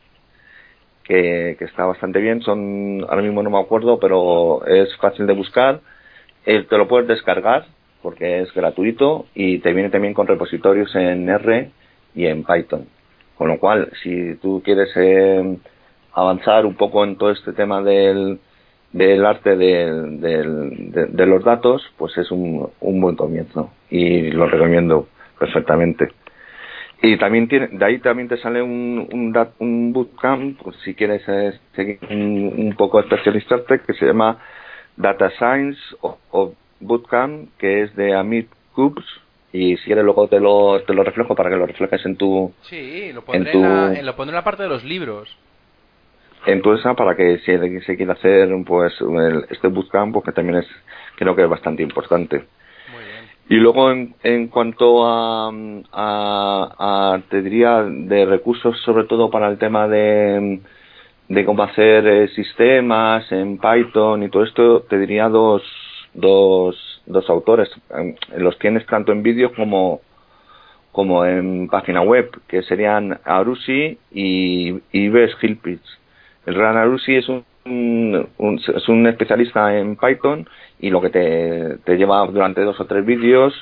Que, que está bastante bien, son, ahora mismo no me acuerdo, pero es fácil de buscar, eh, te lo puedes descargar porque es gratuito y te viene también con repositorios en R y en Python, con lo cual si tú quieres eh, avanzar un poco en todo este tema del, del arte del, del, de, de los datos, pues es un, un buen comienzo y lo recomiendo perfectamente. Y también tiene, de ahí también te sale un, un, un bootcamp, pues si quieres eh, seguir un, un poco especializarte, que se llama Data Science o, o Bootcamp, que es de Amit Kubs, y si quieres luego te lo, te lo reflejo para que lo reflejes en tu... Sí, lo pondré, en, tu, en, la, en, lo pondré en la parte de los libros. En tu esa, para que si se quiera hacer pues el, este bootcamp, pues que también es, creo que es bastante importante. Y luego en, en cuanto a, a, a, te diría, de recursos sobre todo para el tema de, de cómo hacer eh, sistemas en Python y todo esto, te diría dos, dos, dos autores. Los tienes tanto en vídeo como, como en página web, que serían Arusi y Ives Hilpich. El Ran Arusi es un, un, es un especialista en Python y lo que te, te lleva durante dos o tres vídeos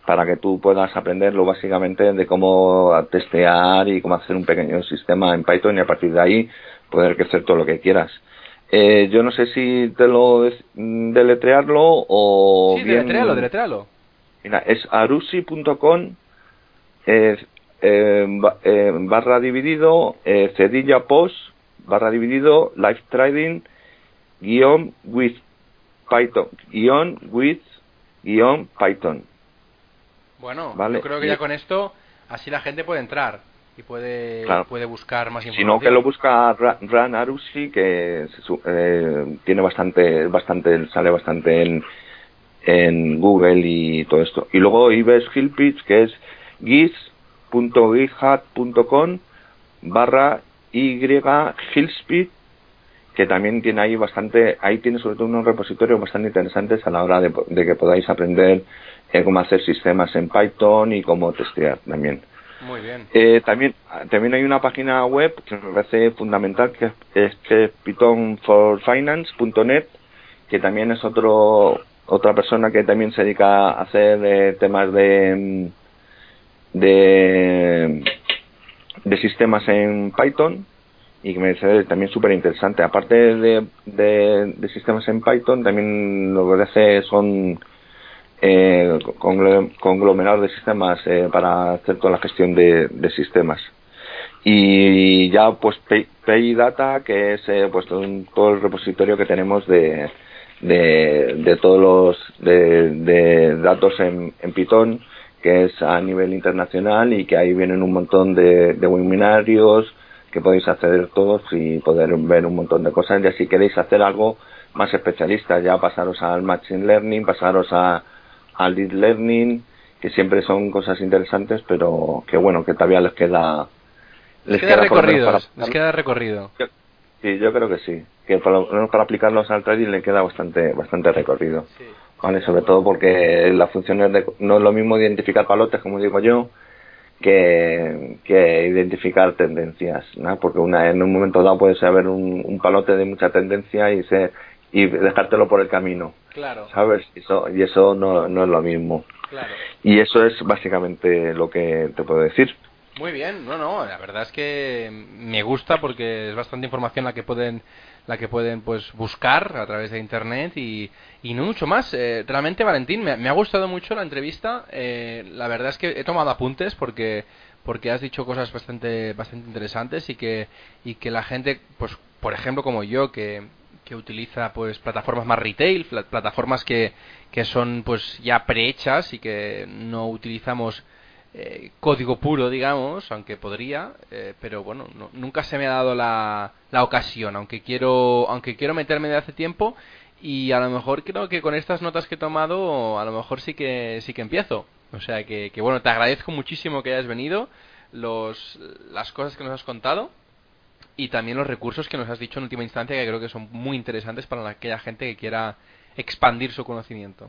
para que tú puedas aprenderlo básicamente de cómo testear y cómo hacer un pequeño sistema en Python y a partir de ahí poder hacer todo lo que quieras. Eh, yo no sé si te lo des- deletrearlo o Sí, bien... deletréalo, deletréalo. Mira, es arusi punto com eh, eh, ba- eh, barra dividido eh, cedilla post barra dividido live trading guión with Python guión with guión Python. Bueno, Vale, yo creo que y- ya con esto así la gente puede entrar y puede Claro. puede buscar más Si información. no, que lo busca Ra- Ran Arusi, que se su- eh, tiene bastante, bastante, sale bastante en, en Google y todo esto. Y luego Ives Hillpitch, que es gis punto github punto com barra y hillspeed, que también tiene ahí bastante, ahí tiene sobre todo unos repositorios bastante interesantes a la hora de, de que podáis aprender eh, cómo hacer sistemas en Python y cómo testear también. Muy bien. Eh, también también hay una página web que me parece fundamental, que es, es que es python for finance punto net, que también es otro otra persona que también se dedica a hacer eh, temas de de de sistemas en Python y que me parece también súper interesante. Aparte de, de, de sistemas en Python, también lo que hace son eh, congl- conglomerados de sistemas eh, para hacer toda la gestión de, de sistemas. Y ya pues Pay- PayData, que es eh, pues todo, un- todo el repositorio que tenemos de de, de todos los de, de datos en, en Python, que es a nivel internacional y que ahí vienen un montón de, de webinarios que podéis acceder todos y poder ver un montón de cosas. Ya si queréis hacer algo más especialista, ya pasaros al Machine Learning, pasaros a al Deep Learning, que siempre son cosas interesantes, pero que bueno, que todavía les queda Les queda por lo menos recorrido, para les aplicarlo. queda recorrido. Yo- sí, yo creo que sí, que por lo menos para aplicarlos al trading le queda bastante bastante recorrido. Sí. Vale, sobre todo porque las funciones de, no es lo mismo identificar palotes, como digo yo, que, que identificar tendencias, ¿no? Porque una en un momento dado puede haber un, un palote de mucha tendencia y se y dejártelo por el camino, Claro, ¿sabes? Y eso, y eso no, no es lo mismo. claro. Y eso es básicamente lo que te puedo decir. Muy bien, no, no, la verdad es que me gusta porque es bastante información la que pueden la que pueden pues buscar a través de internet y, y no mucho más. Eh, realmente, Valentín, me, me ha gustado mucho la entrevista. Eh, la verdad es que he tomado apuntes porque porque has dicho cosas bastante bastante interesantes y que y que la gente, pues por ejemplo como yo que que utiliza pues plataformas más retail, pla- plataformas que que son pues ya prehechas y que no utilizamos eh, código puro, digamos, aunque podría, eh, pero bueno, no- nunca se me ha dado la, la ocasión, aunque quiero, aunque quiero meterme de hace tiempo y a lo mejor creo que con estas notas que he tomado, a lo mejor sí que sí que empiezo. O sea que, que bueno, te agradezco muchísimo que hayas venido, los, las cosas que nos has contado y también los recursos que nos has dicho en última instancia, que creo que son muy interesantes para aquella gente que quiera expandir su conocimiento.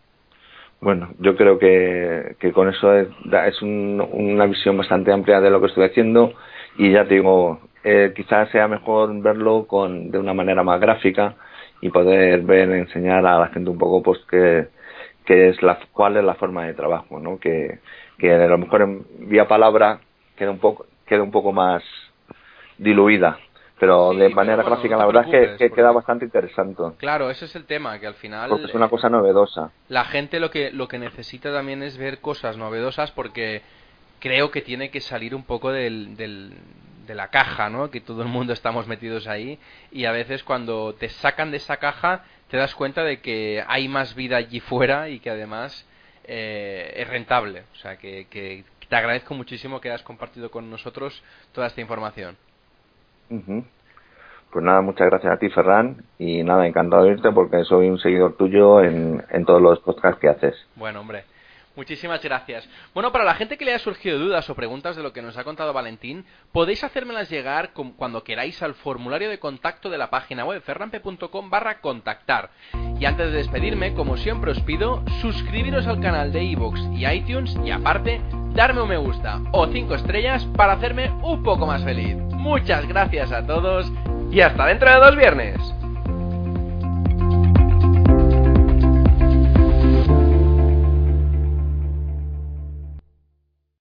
Bueno, yo creo que, que con eso es, da- es un- una visión bastante amplia de lo que estoy haciendo y ya te digo, eh, quizás sea mejor verlo con de una manera más gráfica y poder ver, enseñar a la gente un poco pues que, que es la, cuál es la forma de trabajo, ¿no? Que, que a lo mejor en vía palabra queda un poco, queda un poco más diluida, pero Sí, de pero manera bueno, gráfica no la te verdad es que, preocupes, que queda porque bastante interesante, claro, ese es el tema, que al porque final es una eh, cosa novedosa. la gente lo que lo que necesita también es ver cosas novedosas porque creo que tiene que salir un poco del, del- de la caja, ¿no? Que todo el mundo estamos metidos ahí y a veces cuando te sacan de esa caja te das cuenta de que hay más vida allí fuera y que además eh, es rentable. O sea, que, que te agradezco muchísimo que hayas compartido con nosotros toda esta información. Ujú. Pues nada, muchas gracias a ti, Ferran, y nada, encantado de irte porque soy un seguidor tuyo en, en todos los podcasts que haces. Bueno, hombre, muchísimas gracias. Bueno, para la gente que le haya surgido dudas o preguntas de lo que nos ha contado Valentín, podéis hacérmelas llegar com- cuando queráis al formulario de contacto de la página web ferrampe punto com barra contactar. Y antes de despedirme, como siempre os pido, suscribiros al canal de iVoox y iTunes y aparte, darme un me gusta o cinco estrellas para hacerme un poco más feliz. Muchas gracias a todos y hasta dentro de dos viernes.